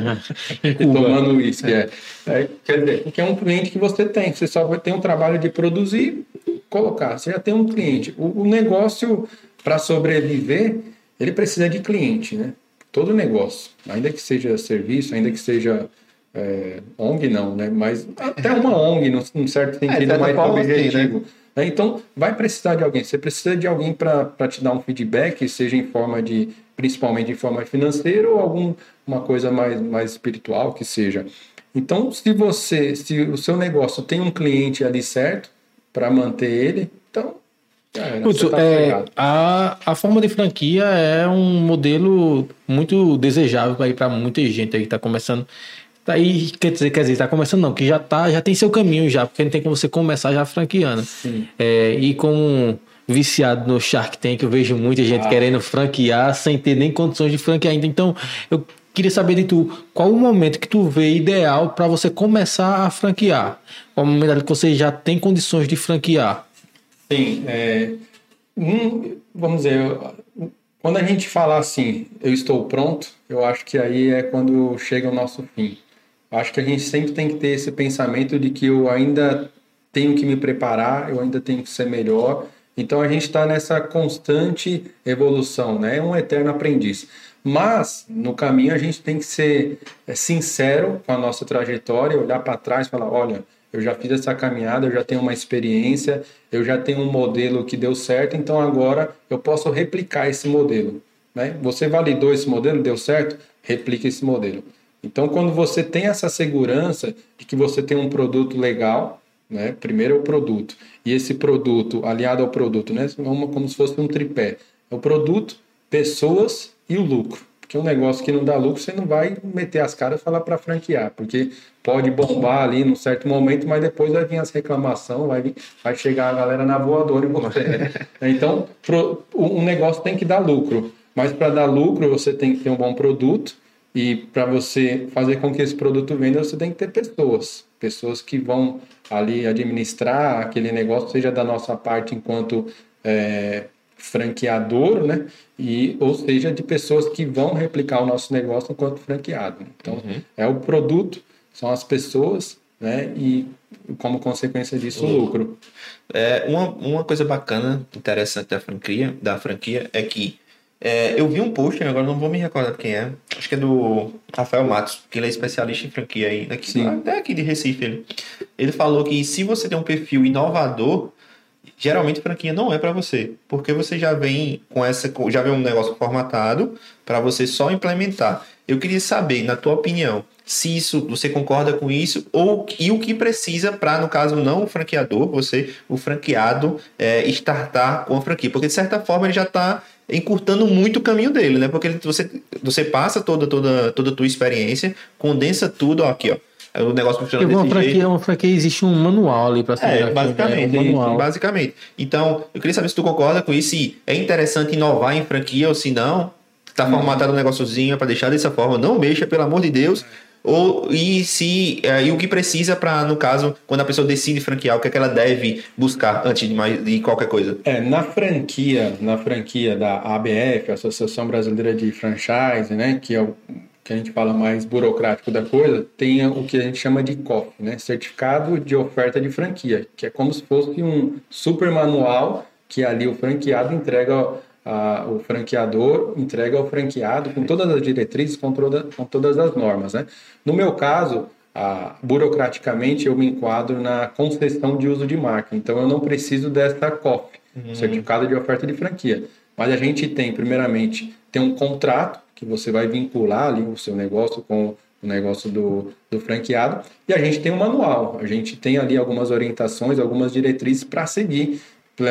E tomando uísque, é. é. Quer dizer, porque é um cliente que você tem. Você só vai ter um trabalho de produzir, colocar. Você já tem um cliente. O, o negócio, para sobreviver, ele precisa de cliente, né? Todo negócio. Ainda que seja serviço, ainda que seja... É, O N G não, né? Mas até uma O N G, num, num certo sentido, é, mais objetivo. Assim, né? Então, vai precisar de alguém. Você precisa de alguém para te dar um feedback, seja em forma de, principalmente em forma financeira ou alguma coisa mais, mais espiritual que seja. Então, se você, se o seu negócio tem um cliente ali certo para manter ele, então É, Putz, tá é, a, a forma de franquia é um modelo muito desejável para muita gente aí que está começando. Tá aí, quer dizer, quer dizer, está começando não, que já, tá, já tem seu caminho já, porque não tem como você começar já franqueando. É, e como viciado no Shark Tank, eu vejo muita gente ah. querendo franquear sem ter nem condições de franquear ainda. Então, eu queria saber de tu, qual o momento que tu vê ideal para você começar a franquear? Qual o momento que você já tem condições de franquear? Sim, é, um, vamos dizer, eu, quando a gente fala assim, eu estou pronto, eu acho que aí é quando chega o nosso fim. Eu acho que a gente sempre tem que ter esse pensamento de que eu ainda tenho que me preparar, eu ainda tenho que ser melhor, Então a gente está nessa constante evolução, né? É um eterno aprendiz. Mas no caminho a gente tem que ser é, sincero com a nossa trajetória, olhar para trás e falar, olha, eu já fiz essa caminhada, eu já tenho uma experiência, eu já tenho um modelo que deu certo, então agora eu posso replicar esse modelo, né? Você validou esse modelo, deu certo? Replica esse modelo. Então, quando você tem essa segurança de que você tem um produto legal, né? Primeiro é o produto, e esse produto, aliado ao produto, né? Como se fosse um tripé. É o produto, pessoas e o lucro. Porque um negócio que não dá lucro, você não vai meter as caras e falar para franquear, porque pode bombar ali num certo momento, mas depois vai vir as reclamações, vai, vir, vai chegar a galera na voadora em você. Né? Então, pro, um negócio tem que dar lucro, mas para dar lucro você tem que ter um bom produto, e para você fazer com que esse produto venda, você tem que ter pessoas, pessoas que vão ali administrar aquele negócio, seja da nossa parte enquanto é, franqueador, né? E, ou seja, de pessoas que vão replicar o nosso negócio enquanto franqueado. Então, uhum. é o produto, são as pessoas, né? E, como consequência disso, o lucro. É, uma, uma coisa bacana, interessante da franquia, da franquia é que é, eu vi um post, agora não vou me recordar quem é, acho que é do Rafael Matos, que ele é especialista em franquia aí, daqui, até aqui de Recife. Ele, ele falou que se você tem um perfil inovador, geralmente franquia não é para você, porque você já vem com essa, já vem um negócio formatado para você só implementar. Eu queria saber, na tua opinião, se isso você concorda com isso ou e o que precisa para, no caso, não o franqueador, você, o franqueado, é, startar com a franquia, porque de certa forma ele já está encurtando muito o caminho dele, né? Porque ele, você, você passa toda, toda, toda a tua experiência, condensa tudo, ó, aqui, ó. O negócio funciona desse uma franquia, jeito. Uma franquia existe um manual ali para ser. É, basicamente, é um manual. basicamente. Então, eu queria saber se tu concorda com isso, se é interessante inovar em franquia ou se não, tá hum. formatado um negóciozinho para deixar dessa forma, não mexa, pelo amor de Deus. Ou, e, se, é, e o que precisa para, no caso, quando a pessoa decide franquear, o que é que ela deve buscar antes de, mais, de qualquer coisa? É, na franquia, na franquia da A B F, Associação Brasileira de Franchise, né, que é o que a gente fala mais burocrático da coisa, tem o que a gente chama de C O F, né? Certificado de Oferta de Franquia, que é como se fosse um super manual que ali o franqueado entrega, a, o franqueador entrega ao franqueado com todas as diretrizes, com, toda, com todas as normas, né? No meu caso, a, burocraticamente, eu me enquadro na concessão de uso de marca, então eu não preciso dessa C O F, uhum. Certificado de Oferta de Franquia. Mas a gente tem, primeiramente, tem um contrato que você vai vincular ali o seu negócio com o negócio do, do franqueado, e a gente tem um manual, a gente tem ali algumas orientações, algumas diretrizes para seguir,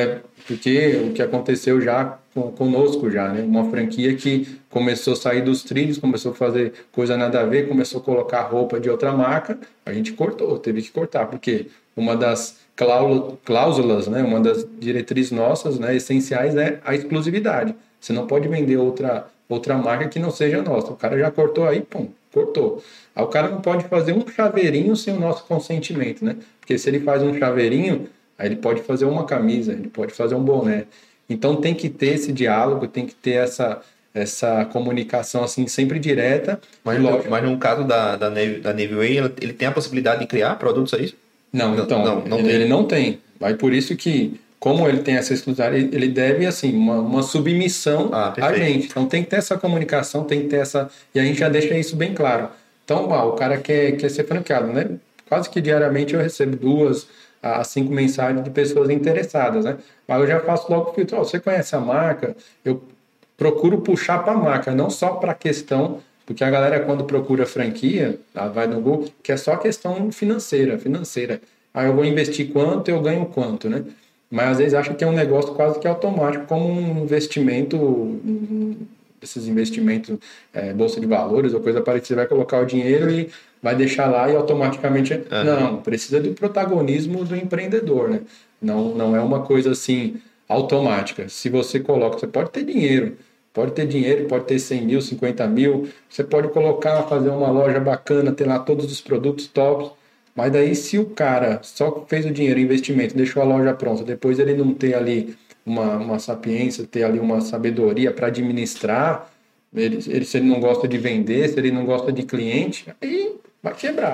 porque o que aconteceu já conosco já, né? Uma franquia que começou a sair dos trilhos, começou a fazer coisa nada a ver, começou a colocar roupa de outra marca, a gente cortou, teve que cortar, porque uma das cláusulas, né? Uma das diretrizes nossas, né? Essenciais é a exclusividade. Você não pode vender outra outra marca que não seja nossa. O cara já cortou aí, pum, cortou. Aí o cara não pode fazer um chaveirinho sem o nosso consentimento, né? Porque se ele faz um chaveirinho, aí ele pode fazer uma camisa, ele pode fazer um boné. Então tem que ter esse diálogo, tem que ter essa, essa comunicação assim sempre direta. Mas, lógico, mas no caso da, da, Navy, da Navy Way, ele tem a possibilidade de criar produtos, é isso? Não, não então, não, não ele, ele não tem. Aí por isso que, como ele tem essa exclusividade, ele deve, assim, uma, uma submissão ah, a gente. Então tem que ter essa comunicação, tem que ter essa... E a gente já deixa isso bem claro. Então, ah, o cara quer, quer ser franqueado, né? Quase que diariamente eu recebo duas a cinco mensagens de pessoas interessadas, né? Mas eu já faço logo o filtro. Oh, você conhece a marca? Eu procuro puxar para a marca, não só para a questão... Porque a galera, quando procura franquia, ela vai no Google, que é só questão financeira, financeira. Aí eu vou investir quanto, eu ganho quanto, né? Mas às vezes acha que é um negócio quase que automático, como um investimento, esses investimentos, é, bolsa de valores ou coisa parecida, você vai colocar o dinheiro e vai deixar lá e automaticamente... Uhum. Não, precisa do protagonismo do empreendedor, né? Não, não é uma coisa assim automática. Se você coloca, você pode ter dinheiro, pode ter dinheiro, pode ter cem mil, cinquenta mil, você pode colocar, fazer uma loja bacana, ter lá todos os produtos tops. Mas daí, se o cara só fez o dinheiro, investimento, deixou a loja pronta, depois ele não ter ali uma, uma sapiência, ter ali uma sabedoria para administrar, ele, ele, se ele não gosta de vender, se ele não gosta de cliente, aí vai quebrar.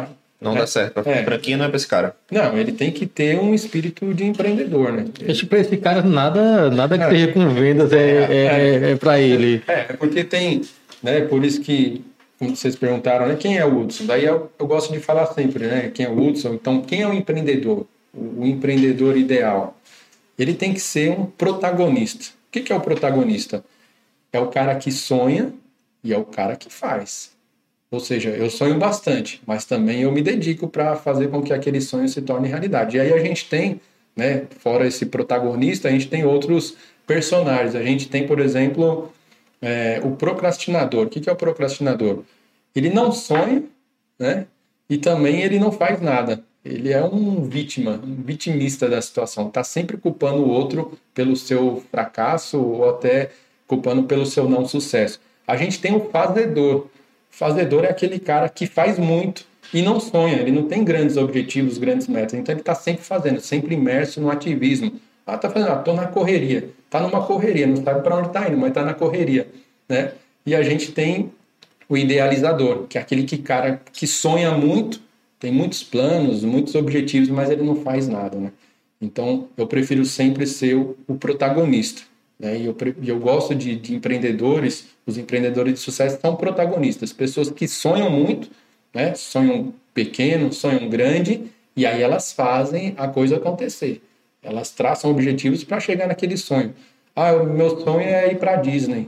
Não é. dá certo. A É. franquia não é pra esse cara. Não, ele tem que ter um espírito de empreendedor, né? Acho que pra esse cara nada, nada que É. seja com vendas é, é, é, é pra ele. É, é porque tem, né? Por isso que, como vocês perguntaram, né? Quem é o Hudson? Daí eu, eu gosto de falar sempre, né? Quem é o Hudson? Então, quem é o empreendedor? O, o empreendedor ideal? Ele tem que ser um protagonista. O que, que é o protagonista? É o cara que sonha e é o cara que faz. Ou seja, eu sonho bastante, mas também eu me dedico para fazer com que aquele sonho se torne realidade. E aí a gente tem, né, fora esse protagonista, a gente tem outros personagens. A gente tem, por exemplo, é, o procrastinador. O que, que é o procrastinador? Ele não sonha, né, e também ele não faz nada. Ele é um vítima, um vitimista da situação. Está sempre culpando o outro pelo seu fracasso ou até culpando pelo seu não sucesso. A gente tem o fazedor. O fazedor é aquele cara que faz muito e não sonha, ele não tem grandes objetivos, grandes metas, então ele está sempre fazendo, sempre imerso no ativismo. Ah, tá fazendo, ah, tô na correria, tá numa correria, não sabe para onde tá indo, mas tá na correria, né? E a gente tem o idealizador, que é aquele que cara que sonha muito, tem muitos planos, muitos objetivos, mas ele não faz nada, né? Então eu prefiro sempre ser o, o protagonista. Né? E eu, eu gosto de, de empreendedores, os empreendedores de sucesso são protagonistas, pessoas que sonham muito, né? Sonham pequeno, sonham grande, e aí elas fazem a coisa acontecer. Elas traçam objetivos para chegar naquele sonho. Ah, o meu sonho é ir para a Disney.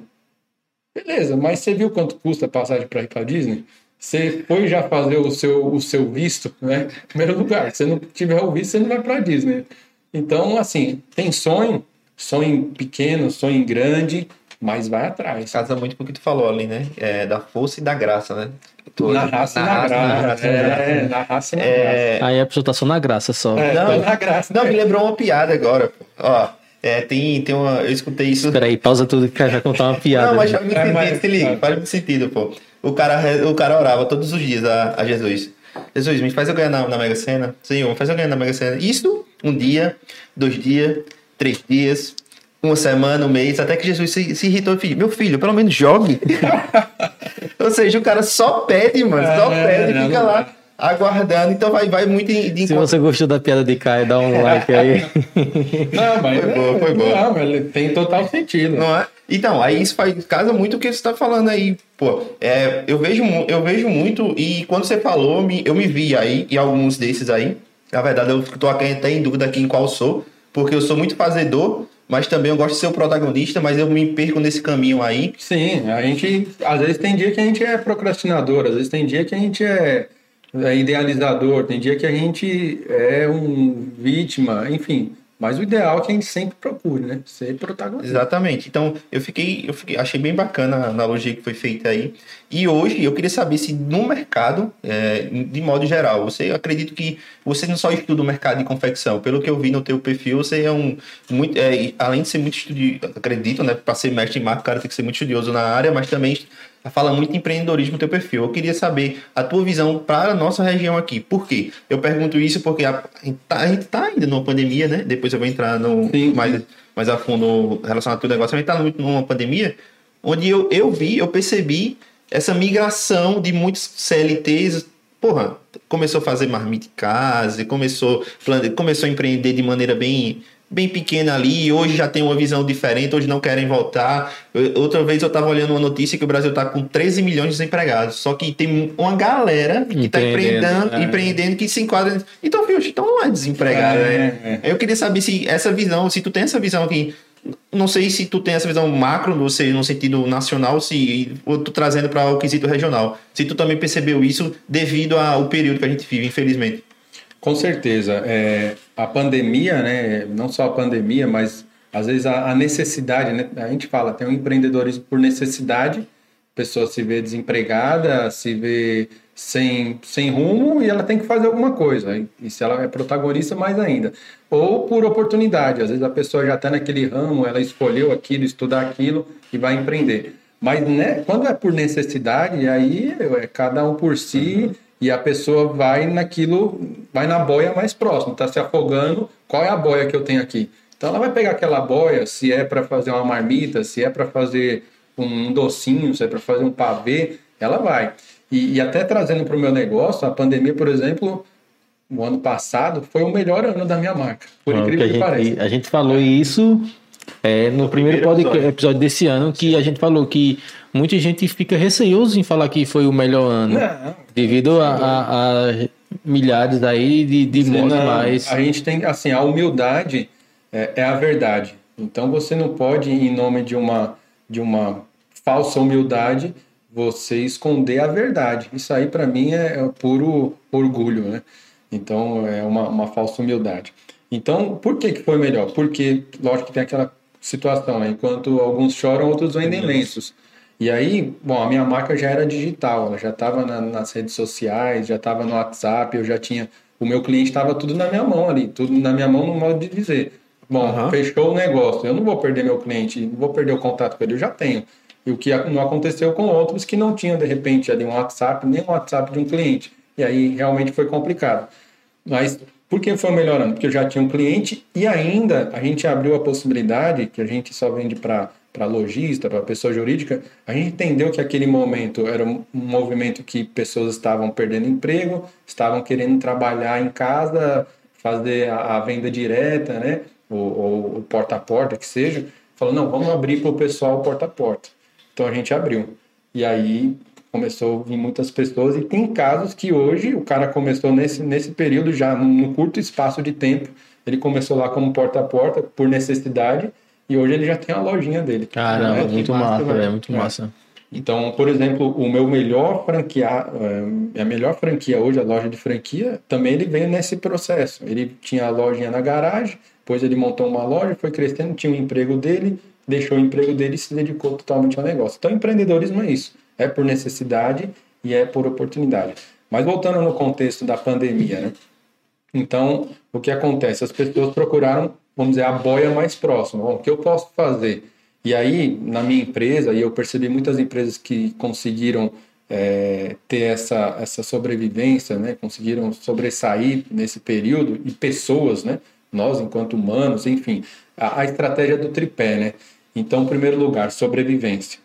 Beleza, mas você viu quanto custa a passagem para ir para a Disney? Você foi já fazer o seu, o seu visto, né? Em primeiro lugar, se você não tiver o visto, você não vai para a Disney. Então, assim, tem sonho, sonho pequeno, sonho grande, mas vai atrás. Casa muito com o que tu falou ali, né? É, da força e da graça, né? Tu, na raça e na, na graça. Na raça, é, na raça e na é... graça. Aí a pessoa tá só na graça só. É, não, na graça. Não, me lembrou uma piada agora. Pô. Ó, é, tem, tem uma... Eu escutei isso... Peraí, pausa tudo que vai contar uma piada. Não, mas né? faz muito sentido, mas... se liga. Faz muito sentido, pô. O cara, o cara orava todos os dias a, a Jesus. Jesus, me faz eu ganhar na, na Mega Sena. Senhor, me faz eu ganhar na Mega Sena. Isso, um dia, dois dias, três dias... uma semana, um mês, até que Jesus se, se irritou. Filho, meu filho, pelo menos jogue. Ou seja, o cara só pede, mano. Só é, pede, não, fica não lá vai. aguardando. Então vai, vai muito de Se encontro. você gostou da piada de Caio, dá um like aí. Não, mas foi boa, foi boa. Não, mas tem total sentido. Não é? Então, aí isso faz casa muito o que você está falando aí. Pô, é, eu, vejo, eu vejo muito, e quando você falou, me, eu me vi aí, e alguns desses aí. Na verdade, eu estou até em dúvida aqui em qual sou, porque eu sou muito fazedor, mas também eu gosto de ser o protagonista, mas eu me perco nesse caminho aí. Sim, a gente, às vezes tem dia que a gente é procrastinador, às vezes tem dia que a gente é, é idealizador, tem dia que a gente é um vítima, enfim. Mas o ideal é que a gente sempre procure, né? Ser protagonista. Exatamente. Então, eu fiquei, eu fiquei, achei bem bacana a analogia que foi feita aí. E hoje, eu queria saber se no mercado, é, de modo geral, você, eu acredito que você não só estuda o mercado de confecção. Pelo que eu vi no teu perfil, você é um... Muito, é, além de ser muito estudioso, acredito, né? Para ser mestre em marketing, o cara tem que ser muito estudioso na área, mas também fala muito em empreendedorismo no teu perfil. Eu queria saber a tua visão para a nossa região aqui. Por quê? Eu pergunto isso porque a, a gente está ainda numa pandemia, né? Depois eu vou entrar no, mais, mais a fundo relacionado ao teu negócio. A gente está numa pandemia onde eu, eu vi, eu percebi essa migração de muitos C L Ts. Porra, começou a fazer marmita em casa, começou, começou a empreender de maneira bem... bem pequena ali, hoje já tem uma visão diferente, hoje não querem voltar. Eu, outra vez eu estava olhando uma notícia que o Brasil está com treze milhões de desempregados, só que tem uma galera que está empreendendo, é. empreendendo que se enquadra. Então, filho, então não é desempregado. É, né? é. Eu queria saber se essa visão, se tu tem essa visão aqui, não sei se tu tem essa visão macro, ou seja, no sentido nacional, se ou tu trazendo para o quesito regional, se tu também percebeu isso devido ao período que a gente vive, infelizmente. Com certeza. É, a pandemia, né, não só a pandemia, mas às vezes a, a necessidade, né, a gente fala, tem um empreendedorismo por necessidade, a pessoa se vê desempregada, se vê sem, sem rumo e ela tem que fazer alguma coisa. E, e se ela é protagonista, mais ainda. Ou por oportunidade, às vezes a pessoa já está naquele ramo, ela escolheu aquilo, estudar aquilo e vai empreender. Mas né, quando é por necessidade, aí é cada um por si... Uhum. E a pessoa vai naquilo, vai na boia mais próxima, está se afogando, qual é a boia que eu tenho aqui? Então ela vai pegar aquela boia, se é para fazer uma marmita, se é para fazer um docinho, se é para fazer um pavê, ela vai. E, e até trazendo para o meu negócio, a pandemia, por exemplo, o ano passado foi o melhor ano da minha marca, por Não, incrível que, que a pareça. gente, a gente falou isso é, no, no primeiro, primeiro podcast, episódio. episódio desse ano, que a gente falou que muita gente fica receoso em falar que foi o melhor ano, não, devido a, a, a milhares aí de, de mortes, mas... A gente tem, assim, a humildade é, é a verdade. Então você não pode, em nome de uma, de uma falsa humildade, você esconder a verdade. Isso aí, para mim, é, é puro orgulho, né? Então, é uma, uma falsa humildade. Então, por que que foi melhor? Porque, lógico que tem aquela situação, né? Enquanto alguns choram, outros vendem lenços. E aí, bom, a minha marca já era digital, ela já estava na, nas redes sociais, já estava no WhatsApp, eu já tinha... O meu cliente estava tudo na minha mão ali, tudo na minha mão no modo de dizer. Bom, uhum. Fechou o negócio, eu não vou perder meu cliente, não vou perder o contato com ele, eu já tenho. E o que não aconteceu com outros que não tinham, de repente, ali um WhatsApp, nem um WhatsApp de um cliente. E aí, realmente foi complicado. Mas por que foi melhorando? Porque eu já tinha um cliente e ainda a gente abriu a possibilidade, que a gente só vende para para lojista, para pessoa jurídica, a gente entendeu que aquele momento era um movimento que pessoas estavam perdendo emprego, estavam querendo trabalhar em casa, fazer a, a venda direta, né? Ou, ou, ou porta a porta, que seja. Falou, não, vamos abrir para o pessoal porta a porta. Então a gente abriu. E aí começou a vir muitas pessoas, e tem casos que hoje o cara começou nesse, nesse período já, num curto espaço de tempo, ele começou lá como porta a porta, por necessidade, e hoje ele já tem a lojinha dele. Caramba, é muito massa, velho, é muito massa. Então, por exemplo, o meu melhor franquia, a melhor franquia hoje, a loja de franquia, também ele veio nesse processo. Ele tinha a lojinha na garagem, depois ele montou uma loja, foi crescendo, tinha o emprego dele, deixou o emprego dele e se dedicou totalmente ao negócio. Então, empreendedorismo é isso. É por necessidade e é por oportunidade. Mas voltando no contexto da pandemia, né? Então, o que acontece? As pessoas procuraram, vamos dizer, a boia mais próxima. Bom, o que eu posso fazer? E aí, na minha empresa, e eu percebi muitas empresas que conseguiram é, ter essa, essa sobrevivência, né? Conseguiram sobressair nesse período, e pessoas, né? Nós, enquanto humanos, enfim, a, a estratégia do tripé, né? Então, em primeiro lugar, sobrevivência.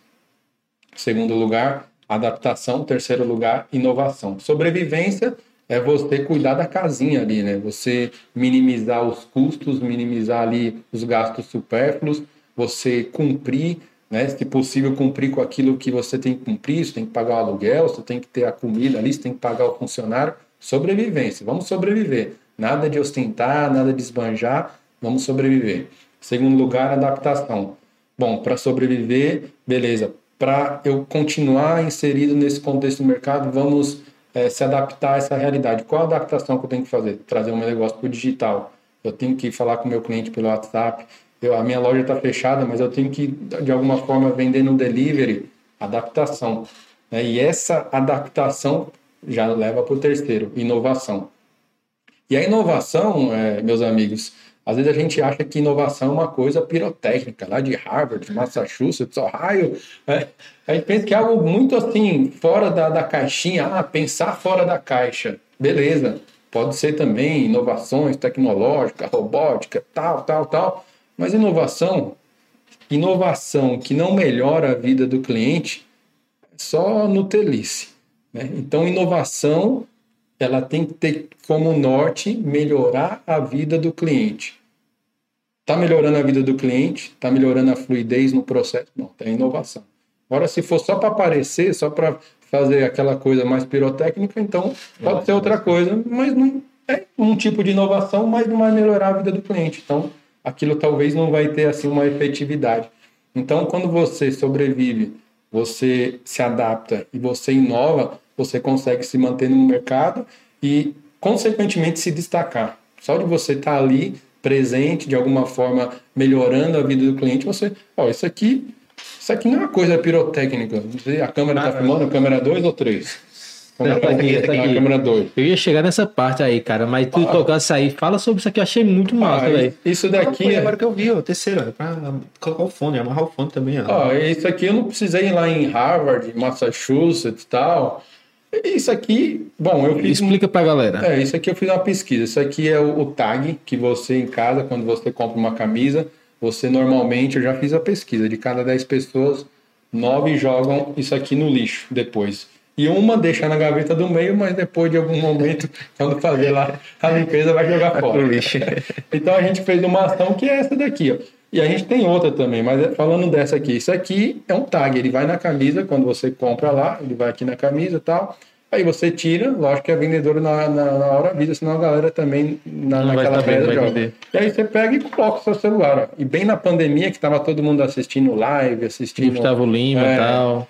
Segundo lugar, adaptação. Terceiro lugar, inovação. Sobrevivência é você cuidar da casinha ali, né? Você minimizar os custos, minimizar ali os gastos supérfluos, você cumprir, né? Se possível, cumprir com aquilo que você tem que cumprir, você tem que pagar o aluguel, você tem que ter a comida ali, você tem que pagar o funcionário. Sobrevivência, vamos sobreviver. Nada de ostentar, nada de esbanjar, vamos sobreviver. Segundo lugar, adaptação. Bom, para sobreviver, beleza. Para eu continuar inserido nesse contexto do mercado, vamos é, se adaptar a essa realidade. Qual a adaptação que eu tenho que fazer? Trazer o meu negócio para o digital. Eu tenho que falar com o meu cliente pelo WhatsApp. Eu, a minha loja está fechada, mas eu tenho que, de alguma forma, vender no delivery. Adaptação. Né? E essa adaptação já leva para o terceiro, inovação. E a inovação, é, meus amigos, às vezes a gente acha que inovação é uma coisa pirotécnica, lá de Harvard, Massachusetts, Ohio. É, a gente pensa que é algo muito assim, fora da, da caixinha. Ah, pensar fora da caixa. Beleza, pode ser também inovações tecnológicas, robótica, tal, tal, tal. Mas inovação, inovação que não melhora a vida do cliente, é só nutelice. Né? Então, inovação, ela tem que ter como norte melhorar a vida do cliente. Está melhorando a vida do cliente, está melhorando a fluidez no processo, não, tem inovação. Agora, se for só para aparecer, só para fazer aquela coisa mais pirotécnica, então pode ser outra coisa, mas não é um tipo de inovação, mas não vai melhorar a vida do cliente. Então, aquilo talvez não vai ter assim uma efetividade. Então, quando você sobrevive, você se adapta e você inova, você consegue se manter no mercado e, consequentemente, se destacar. Só de você estar ali, presente, de alguma forma, melhorando a vida do cliente, você... Ó, isso aqui, isso aqui não é uma coisa pirotécnica. A câmera está filmando, a câmera dois ou três? Câmera aqui, aqui. A câmera dois. Eu ia chegar nessa parte aí, cara, mas tu ah. tocar isso aí, fala sobre isso aqui, eu achei muito massa, ah, velho. Isso daqui... Ah, é agora que eu vi, ó, terceiro, é pra colocar o fone, amarrar o fone também. Ó. Ah, isso aqui eu não precisei ir lá em Harvard, Massachusetts e tal... Isso aqui, bom, eu fiz... Explica pra galera. É, isso aqui eu fiz uma pesquisa. Isso aqui é o, o tag que você em casa, quando você compra uma camisa, você normalmente, eu já fiz a pesquisa, de cada dez pessoas, nove jogam isso aqui no lixo depois. e uma deixa na gaveta do meio, mas depois de algum momento, quando fazer lá a limpeza, vai jogar fora. Então a gente fez uma ação que é essa daqui, ó. E a gente tem outra também, mas falando dessa aqui, isso aqui é um tag, ele vai na camisa, quando você compra lá, ele vai aqui na camisa e tal, aí você tira, lógico que a vendedora na, na, na hora avisa, senão a galera também na, naquela pedra joga. E aí você pega e coloca o seu celular, ó. E bem na pandemia, que estava todo mundo assistindo live, assistindo... Gustavo Lima e é, tal.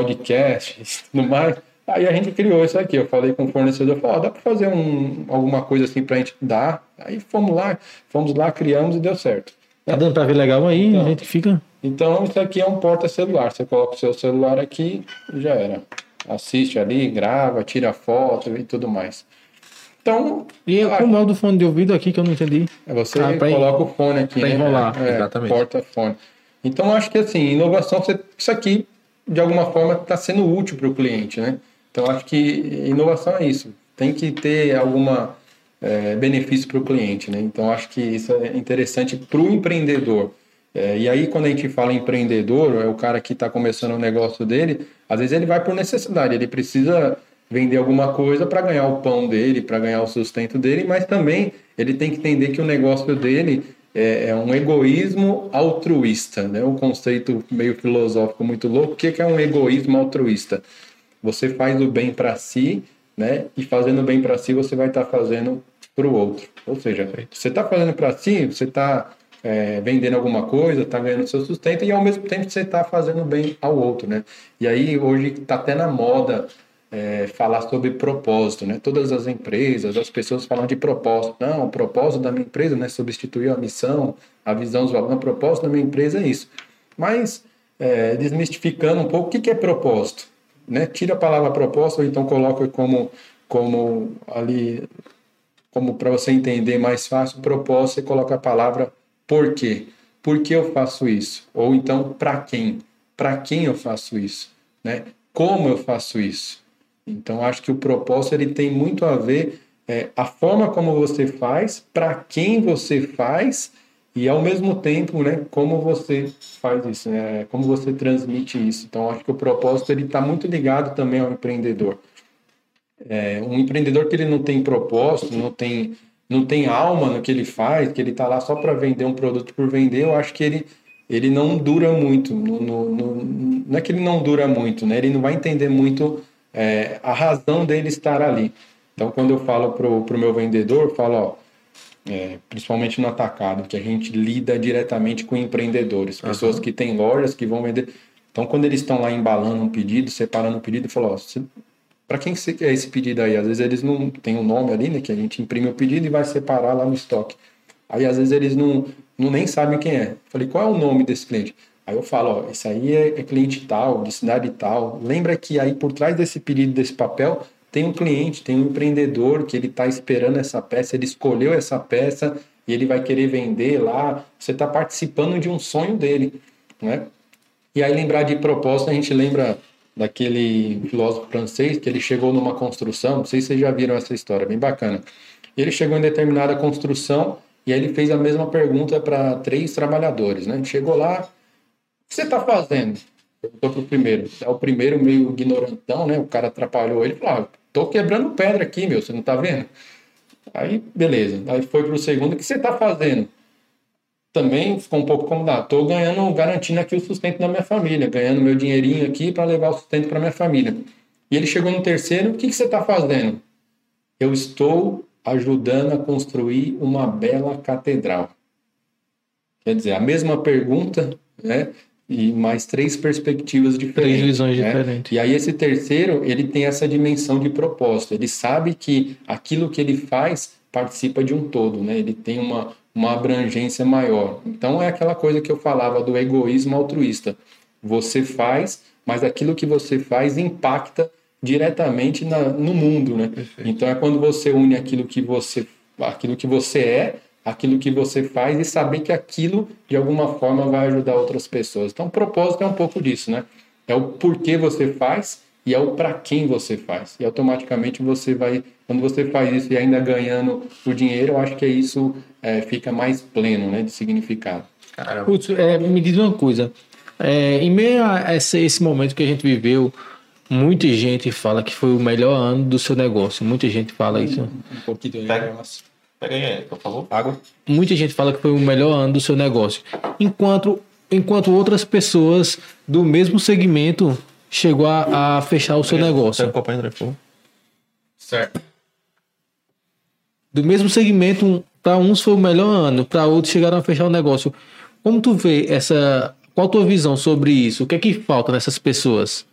Podcast, tudo mais. Aí a gente criou isso aqui, eu falei com o fornecedor, falei, ó, dá para fazer um, alguma coisa assim pra gente dar? Aí fomos lá, fomos lá, criamos e deu certo. Tá dando para ver legal aí, então, a gente fica... Então, isso aqui é um porta-celular. Você coloca o seu celular aqui e já era. Assiste ali, grava, tira foto e tudo mais. Então... E a... como é o do fone de ouvido aqui que eu não entendi? É você ah, coloca o fone aqui, pra né? enrolar. É, exatamente. Porta-fone. Então, acho que assim, inovação, isso aqui, de alguma forma, está sendo útil para o cliente, né? Então, acho que inovação é isso. Tem que ter alguma... É, benefício para o cliente, né? Então acho que isso é interessante para o empreendedor. É, e aí quando a gente fala empreendedor, é o cara que está começando o negócio dele, às vezes ele vai por necessidade, ele precisa vender alguma coisa para ganhar o pão dele, para ganhar o sustento dele, mas também ele tem que entender que o negócio dele é, é um egoísmo altruísta, né? Um conceito meio filosófico muito louco. O que é um egoísmo altruísta? Você faz o bem para si, né? E fazendo bem para si, você vai estar tá fazendo para o outro. Ou seja, você está fazendo para si, você está é, vendendo alguma coisa, está ganhando seu sustento e ao mesmo tempo você está fazendo bem ao outro, né? E aí hoje está até na moda é, falar sobre propósito, né? Todas as empresas, as pessoas falam de propósito. Não, o propósito da minha empresa não é substituir a missão, a visão, os valores. O propósito da minha empresa é isso. Mas é, desmistificando um pouco, o que, que é propósito? Né? Tira a palavra propósito ou então coloca como, como ali... como para você entender mais fácil, propósito, você coloca a palavra por quê. Por que eu faço isso? Ou então, para quem? Para quem eu faço isso? Né? Como eu faço isso? Então, acho que o propósito ele tem muito a ver é, a forma como você faz, para quem você faz e, ao mesmo tempo, né, como você faz isso, né? Como você transmite isso. Então, acho que o propósito está muito ligado também ao empreendedor. É, um empreendedor que ele não tem propósito, não tem, não tem alma no que ele faz, que ele está lá só para vender um produto por vender, eu acho que ele, ele não dura muito. No, no, no, não é que ele não dura muito, né? Ele não vai entender muito é, a razão dele estar ali. Então, quando eu falo para o meu vendedor, eu falo, ó, é, principalmente no atacado, que a gente lida diretamente com empreendedores, pessoas uhum. que têm lojas, que vão vender. Então, quando eles estão lá embalando um pedido, separando um pedido, eu falo, ó, você... para quem é esse pedido aí? Às vezes eles não têm um nome ali, né? Que a gente imprime o pedido e vai separar lá no estoque. Aí às vezes eles não, não nem sabem quem é. Falei, qual é o nome desse cliente? Aí eu falo, ó, esse aí é, é cliente tal, de cidade tal. Lembra que aí por trás desse pedido, desse papel, tem um cliente, tem um empreendedor que ele está esperando essa peça, ele escolheu essa peça e ele vai querer vender lá. Você está participando de um sonho dele, né? E aí lembrar de propósito, a gente lembra daquele filósofo francês que ele chegou numa construção, não sei se vocês já viram essa história, bem bacana. Ele chegou em determinada construção e aí ele fez a mesma pergunta para três trabalhadores, né? Chegou lá, o que você está fazendo? Perguntou para o primeiro. É o primeiro meio ignorantão, né? O cara atrapalhou ele, falou, ah, tô quebrando pedra aqui, meu, você não tá vendo? Aí, beleza. Aí foi para o segundo, o que você está fazendo? Também ficou um pouco como dá. Estou ganhando, garantindo aqui o sustento da minha família, ganhando meu dinheirinho aqui para levar o sustento para minha família. E ele chegou no terceiro, o que, que você está fazendo? Eu estou ajudando a construir uma bela catedral. Quer dizer, a mesma pergunta, né? E mais três perspectivas diferentes. Três visões né? diferentes. E aí esse terceiro, ele tem essa dimensão de propósito. Ele sabe que aquilo que ele faz participa de um todo, né? Ele tem uma... uma abrangência maior. Então é aquela coisa que eu falava do egoísmo altruísta. Você faz, mas aquilo que você faz impacta diretamente na, no mundo, né? Perfeito. Então é quando você une aquilo que você, aquilo que você é, aquilo que você faz e saber que aquilo de alguma forma vai ajudar outras pessoas. Então o propósito é um pouco disso, né? É o porquê você faz e é o para quem você faz. E automaticamente você vai, quando você faz isso e ainda ganhando o dinheiro, eu acho que isso é, fica mais pleno, né, de significado. Putz, é, me diz uma coisa, é, em meio a esse, esse momento que a gente viveu, Muita gente fala que foi o melhor ano do seu negócio. Muita gente fala isso. Um pouquinho de Pega, pega aí, por favor. Água. Muita gente fala que foi o melhor ano do seu negócio. Enquanto, enquanto outras pessoas do mesmo segmento chegou a, a fechar o seu negócio. Pega o copo aí, André, por favor. Certo. Do mesmo segmento, para uns foi o melhor ano, para outros chegaram a fechar o negócio. Como tu vê essa... Qual a tua visão sobre isso? O que é que falta nessas pessoas?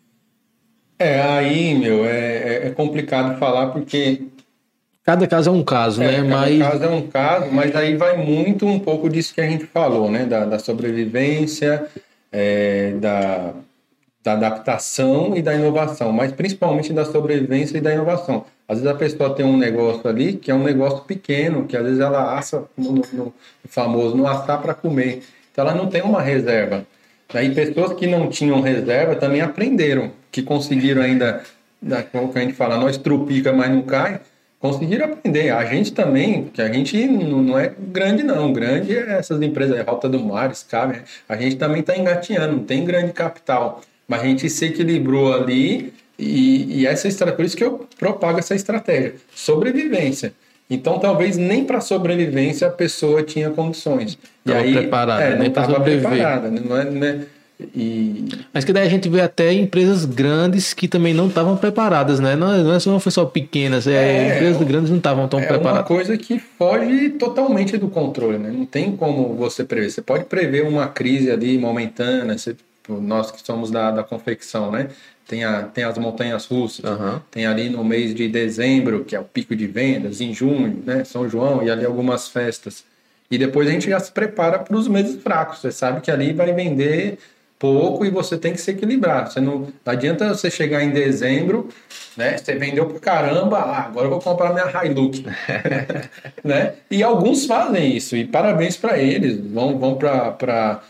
É, aí, meu, é, é complicado falar porque... Cada caso é um caso, É, né? cada Mas caso é um caso, mas aí vai muito um pouco disso que a gente falou, né? Da, da sobrevivência, é, da, da adaptação e da inovação, mas principalmente da sobrevivência e da inovação. Às vezes a pessoa tem um negócio ali que é um negócio pequeno, que às vezes ela assa, no, no, no famoso, no assar para comer. Então ela não tem uma reserva. Daí pessoas que não tinham reserva também aprenderam, que conseguiram ainda, como a gente fala, nós trupica, mas não cai, conseguiram aprender. A gente também, que a gente não é grande não, grande é essas empresas, é Rota do Mar, Scab, a gente também está engatinhando, não tem grande capital, mas a gente se equilibrou ali e, e essa estratégia, por isso que eu propago essa estratégia, sobrevivência. Então talvez nem para sobrevivência a pessoa tinha condições. E Tava aí, preparada, é, não nem pra estava sobreviver. preparada, não é, né? E... Mas que daí a gente vê até empresas grandes que também não estavam preparadas, né? Não, não é só foi só pequenas, é, É, empresas é, grandes não estavam tão é preparadas. uma coisa que foge totalmente do controle, né? Não tem como você prever. Você pode prever uma crise ali momentânea, você, nós que somos da, da confecção, né? Tem, a, tem as montanhas russas, Uhum. tem ali no mês de dezembro, que é o pico de vendas, em junho, né? São João, e ali algumas festas. E depois a gente já se prepara para os meses fracos. Você sabe que ali vai vender pouco e você tem que se equilibrar. Você não, não adianta você chegar em dezembro, né? Você vendeu pra caramba, ah, agora eu vou comprar minha Hilux, né? E alguns fazem isso e parabéns para eles. Vão, vão para para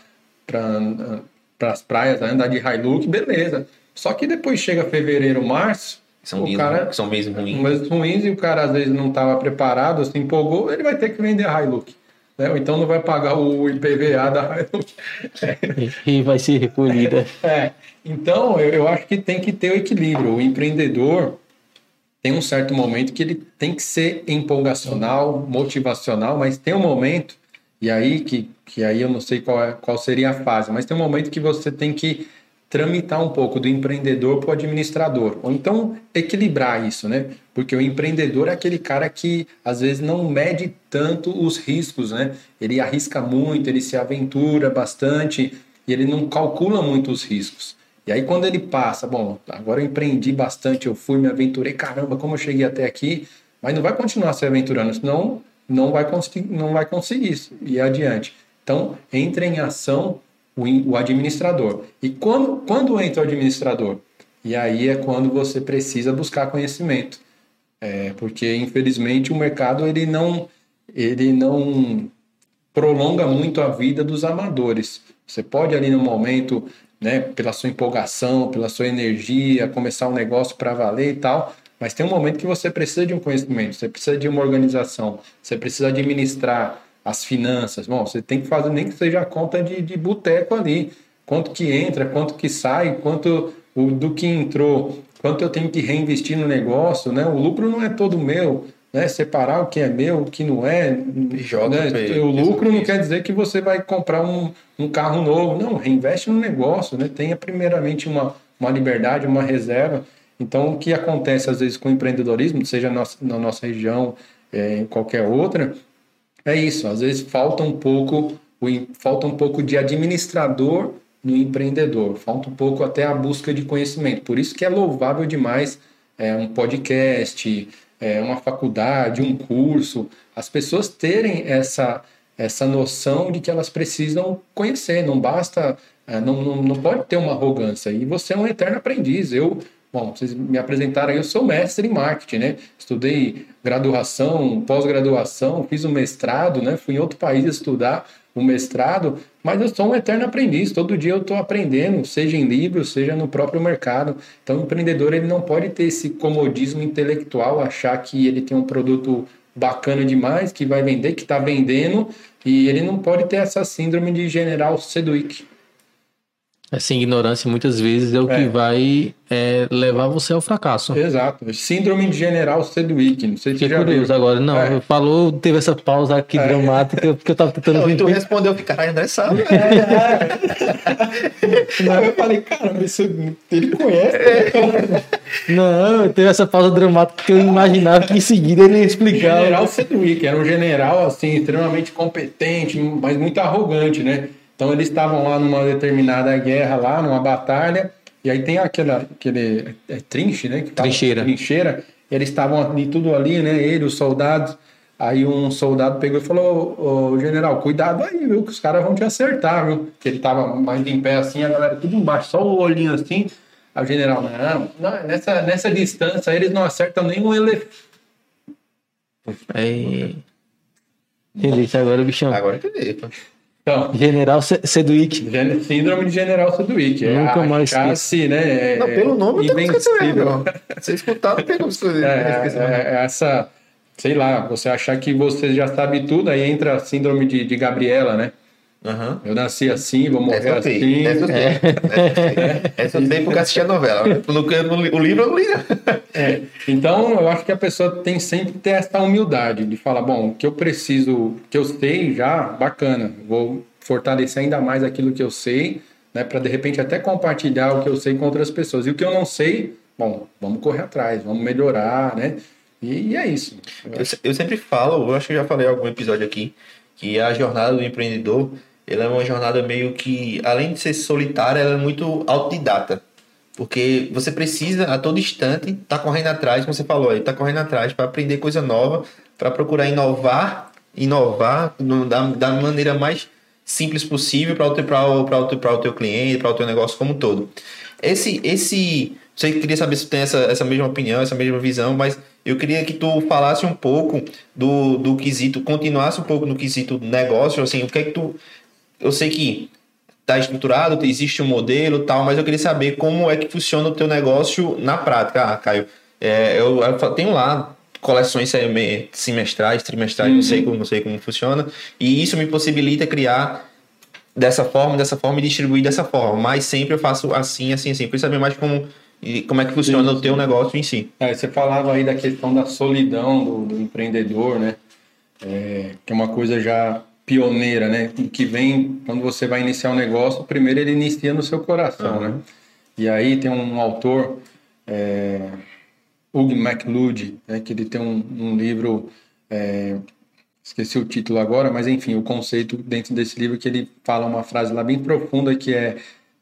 para as praias, né? Andar de Hilux, beleza. Só que depois chega fevereiro, março, São, o dias, cara são meses ruins. meses ruins e o cara às vezes não estava preparado, se empolgou, ele vai ter que vender a Hilux. Né? Ou então não vai pagar o I P V A da Hilux. E vai ser recolhida. É, então eu, eu acho que tem que ter o equilíbrio. O empreendedor tem um certo momento que ele tem que ser empolgacional, motivacional, mas tem um momento, e aí que, que aí eu não sei qual, é, qual seria a fase, mas tem um momento que você tem que tramitar um pouco do empreendedor para o administrador, ou então equilibrar isso, né? Porque o empreendedor é aquele cara que às vezes não mede tanto os riscos, né? Ele arrisca muito, ele se aventura bastante e ele não calcula muito os riscos. E aí quando ele passa, bom, agora eu empreendi bastante, eu fui, me aventurei, caramba, como eu cheguei até aqui, mas não vai continuar se aventurando, senão não vai conseguir, não vai conseguir ir adiante. Então, entre em ação o administrador. E quando, quando entra o administrador? E aí é quando você precisa buscar conhecimento. É, porque, infelizmente, o mercado ele não, ele não prolonga muito a vida dos amadores. Você pode ali no momento, né, pela sua empolgação, pela sua energia, começar um negócio para valer e tal, mas tem um momento que você precisa de um conhecimento, você precisa de uma organização, você precisa administrar as finanças. Bom, você tem que fazer nem que seja a conta de, de boteco ali. Quanto que entra, quanto que sai, quanto o, do que entrou, quanto eu tenho que reinvestir no negócio, né? O lucro não é todo meu, né? Separar o que é meu, o que não é. Né? O lucro não quer dizer que você vai comprar um, um carro novo. Não, reinveste no negócio, né? Tenha primeiramente uma, uma liberdade, uma reserva. Então, o que acontece às vezes com o empreendedorismo, seja na nossa, na nossa região, é, em qualquer outra, é isso, às vezes falta um pouco, falta um pouco de administrador no empreendedor, falta um pouco até a busca de conhecimento. Por isso que é louvável demais é, um podcast, é, uma faculdade, um curso, as pessoas terem essa, essa noção de que elas precisam conhecer, não basta, é, não, não, não pode ter uma arrogância. E você é um eterno aprendiz. Eu Bom, vocês me apresentaram aí, eu sou mestre em marketing, né? Estudei graduação, pós-graduação, fiz um mestrado, né? Fui em outro país estudar o mestrado, mas eu sou um eterno aprendiz. Todo dia eu estou aprendendo, seja em livros, seja no próprio mercado. Então, o empreendedor ele não pode ter esse comodismo intelectual, achar que ele tem um produto bacana demais, que vai vender, que está vendendo, e ele não pode ter essa síndrome de General Sedgwick. Essa ignorância muitas vezes é o É. que vai é, levar você ao fracasso. Exato. Síndrome de General Sedgwick. Não sei se você Fiquei já viu. curioso agora. Não, É. falou, teve essa pausa aqui dramática, porque eu tava tentando... Não, e tu ver- respondeu, caralho, André sabe. Não, eu falei, cara, isso ele conhece. Não, teve essa pausa dramática que eu imaginava que em seguida ele ia explicar. General Sedgwick era um general assim extremamente competente, mas muito arrogante, né? Então eles estavam lá numa determinada guerra lá, numa batalha, e aí tem aquela aquele é, trinche, né? Que fala? Trincheira. Trincheira. Eles estavam ali tudo ali, né? Ele, os soldados. Aí um soldado pegou e falou: ô, ô, general, cuidado aí, viu? Que os caras vão te acertar, viu? Que ele tava mais em pé assim, a galera tudo embaixo, só o olhinho assim. Aí o general, não, não nessa, nessa distância aí eles não acertam nem um elefante. É... Entendi isso agora, bichão. Agora entendi, pô. Então, General Se- Sedgwick. Gen- síndrome de General Sedgwick. É Nunca a mais chance, né? é- Não, pelo nome eu tenho que esquecer mesmo. invencível. não. Se escutar, não tem como esquecer. É, esquecer mais. é, é essa, sei lá, você achar que você já sabe tudo, aí entra a síndrome de, de Gabriela, né? Aham. Eu nasci assim, vou morrer Essa eu assim. sei. Essa eu sei. Essa eu sei. Essa eu sei porque assisti a novela. No, no, o livro eu não li. não. É, então, eu acho que a pessoa tem sempre que ter essa humildade de falar, bom, o que eu preciso, o que eu sei já, bacana, vou fortalecer ainda mais aquilo que eu sei, né, para de repente até compartilhar o que eu sei com outras pessoas. E o que eu não sei, bom, vamos correr atrás, vamos melhorar, né? E, e é isso. Eu, se- eu sempre falo, eu acho que eu já falei em algum episódio aqui, que a jornada do empreendedor, ela é uma jornada meio que, além de ser solitária, ela é muito autodidata. Porque você precisa, a todo instante, estar correndo atrás, como você falou aí, tá correndo atrás para aprender coisa nova, para procurar inovar, inovar no- da, da maneira mais simples possível para o, teu- pra o, pra o, teu- pra o teu cliente, para o teu negócio como um todo. Esse, esse, você queria saber se tu tem essa, essa mesma opinião, essa mesma visão, mas eu queria que tu falasse um pouco do, do quesito, continuasse um pouco no quesito negócio, assim, o que é que tu... Eu sei que tá estruturado, existe um modelo e tal, mas eu queria saber como é que funciona o teu negócio na prática. Ah, Caio, é, eu, eu tenho lá coleções seme- semestrais, trimestrais, não sei como, não sei como funciona, e isso me possibilita criar dessa forma, dessa forma e distribuir dessa forma, mas sempre eu faço assim, assim, assim. Eu queria saber mais como, e como é que funciona Sim, o teu negócio em si. É, você falava aí da questão da solidão do, do empreendedor, né? É, que é uma coisa já pioneira, né? Que vem, quando você vai iniciar um negócio, primeiro ele inicia no seu coração, né? E aí tem um autor, é, Hugh MacLeod, né? Que ele tem um, um livro, é, esqueci o título agora, mas enfim, o conceito dentro desse livro que ele fala uma frase lá bem profunda que é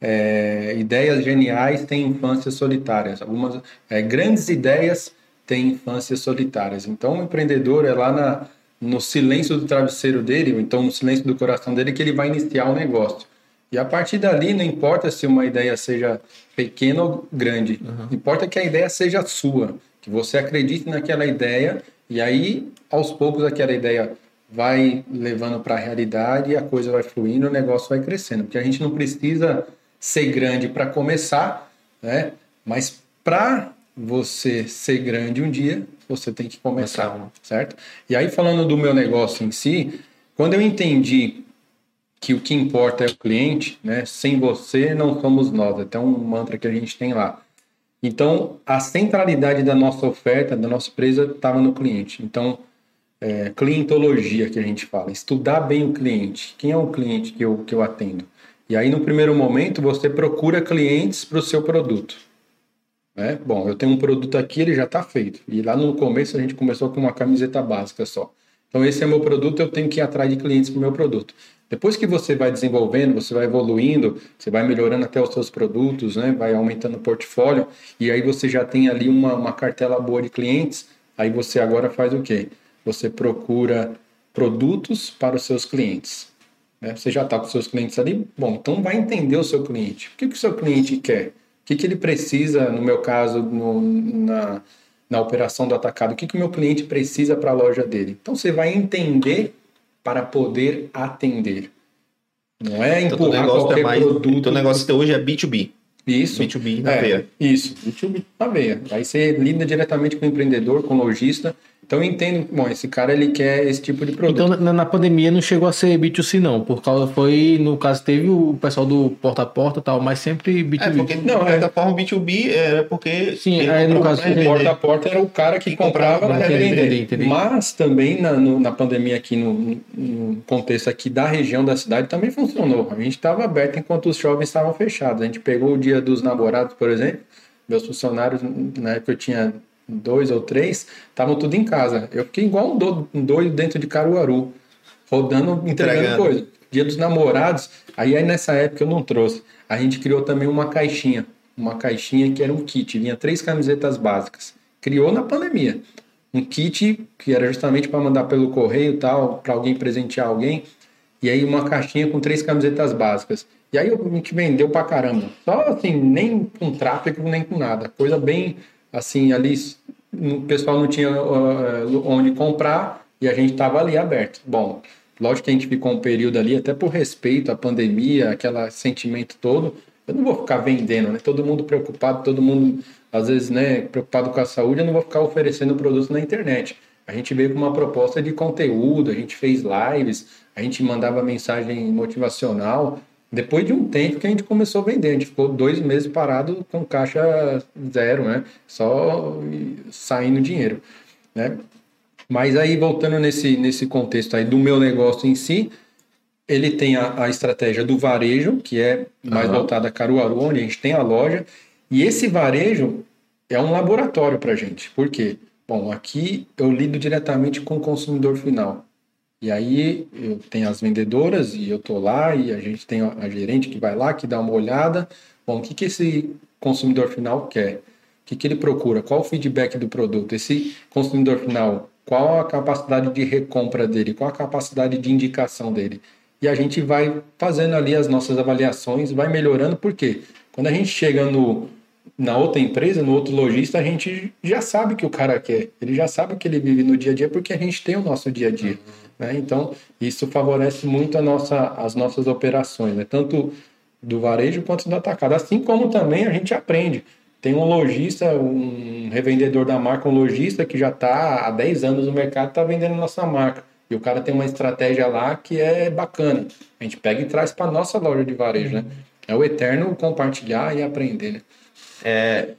É, ideias geniais têm infâncias solitárias. Algumas é, grandes ideias têm infâncias solitárias. Então, o empreendedor é lá na, no silêncio do travesseiro dele, ou então no silêncio do coração dele, que ele vai iniciar o negócio. E a partir dali, não importa se uma ideia seja pequena ou grande, uhum. Importa que a ideia seja sua, que você acredite naquela ideia, e aí, aos poucos, aquela ideia vai levando para a realidade e a coisa vai fluindo, o negócio vai crescendo. Porque a gente não precisa ser grande para começar, né? Mas para você ser grande um dia, você tem que começar, Começar. certo? E aí, falando do meu negócio em si, quando eu entendi que o que importa é o cliente, né? Sem você não somos nós, até um mantra que a gente tem lá. Então, a centralidade da nossa oferta, da nossa empresa, estava no cliente. Então, é, clientologia que a gente fala, estudar bem o cliente. Quem é o cliente que eu, que eu atendo? E aí, no primeiro momento, você procura clientes para o seu produto. Né? Bom, eu tenho um produto aqui, ele já está feito. E lá no começo, a gente começou com uma camiseta básica só. Então, esse é meu produto, eu tenho que ir atrás de clientes para o meu produto. Depois que você vai desenvolvendo, você vai evoluindo, você vai melhorando até os seus produtos, né? Vai aumentando o portfólio, e aí você já tem ali uma, uma cartela boa de clientes, aí você agora faz o quê? Você procura produtos para os seus clientes. Né? Você já está com os seus clientes ali, bom, então vai entender o seu cliente. O que, que o seu cliente quer? O que, que ele precisa, no meu caso, no, na, na operação do atacado? O que, que o meu cliente precisa para a loja dele? Então você vai entender para poder atender. Não é Então, empurrar negócio qualquer é mais, produto. Então o negócio hoje é B dois B. Isso. B dois B na é, veia. Isso, B dois B na veia. Aí você lida diretamente com o empreendedor, com o lojista, Então eu entendo, bom, esse cara ele quer esse tipo de produto. Então na, na pandemia não chegou a ser B dois C não, por causa foi, no caso teve o pessoal do porta a porta e tal, mas sempre B dois B. É, porque não, de certa forma B dois B era porque... Sim, aí no caso... O porta a porta era o cara que, que comprava para revender. Mas também na, no, na pandemia aqui, no, no contexto aqui da região da cidade, também funcionou. A gente estava aberto enquanto os shoppings estavam fechados. A gente pegou o dia dos namorados, por exemplo, meus funcionários, na época eu tinha dois ou três, estavam tudo em casa. Eu fiquei igual um doido dentro de Caruaru, rodando, entregando, entregando. coisa. Dia dos namorados, aí, aí nessa época eu não trouxe. A gente criou também uma caixinha, uma caixinha que era um kit, vinha três camisetas básicas. Criou na pandemia. Um kit que era justamente para mandar pelo correio e tal, para alguém presentear alguém. E aí uma caixinha com três camisetas básicas. E aí a gente vendeu pra caramba. Só assim, nem com tráfego, nem com nada. Coisa bem, assim, ali o pessoal não tinha uh, onde comprar e a gente tava ali aberto. Bom, lógico que a gente ficou um período ali, até por respeito à pandemia, aquele sentimento todo. Eu não vou ficar vendendo, né? Todo mundo preocupado, todo mundo, às vezes, né, preocupado com a saúde, eu não vou ficar oferecendo produtos na internet. A gente veio com uma proposta de conteúdo, a gente fez lives, a gente mandava mensagem motivacional. Depois de um tempo que a gente começou a vender, a gente ficou dois meses parado com caixa zero, né? Só saindo dinheiro, né? Mas aí, voltando nesse, nesse contexto aí do meu negócio em si, ele tem a, a estratégia do varejo, que é mais uhum. voltada a Caruaru, onde a gente tem a loja. E esse varejo é um laboratório para a gente. Por quê? Bom, aqui eu lido diretamente com o consumidor final. E aí eu tenho as vendedoras e eu tô lá e a gente tem a gerente que vai lá, que dá uma olhada. Bom, o que, que esse consumidor final quer? O que, que ele procura? Qual o feedback do produto? Esse consumidor final, qual a capacidade de recompra dele? Qual a capacidade de indicação dele? E a gente vai fazendo ali as nossas avaliações, vai melhorando. Por quê? Quando a gente chega no, na outra empresa, no outro lojista, a gente já sabe o que o cara quer. Ele já sabe o que ele vive no dia a dia, porque a gente tem o nosso dia a dia. Uhum. Né? Então, isso favorece muito a nossa, as nossas operações, né? Tanto do varejo quanto do atacado. Assim como também a gente aprende. Tem um lojista, um revendedor da marca, um lojista que já está há dez anos no mercado, está vendendo nossa marca. E o cara tem uma estratégia lá que é bacana. A gente pega e traz para a nossa loja de varejo, né? É o eterno compartilhar e aprender, né? É,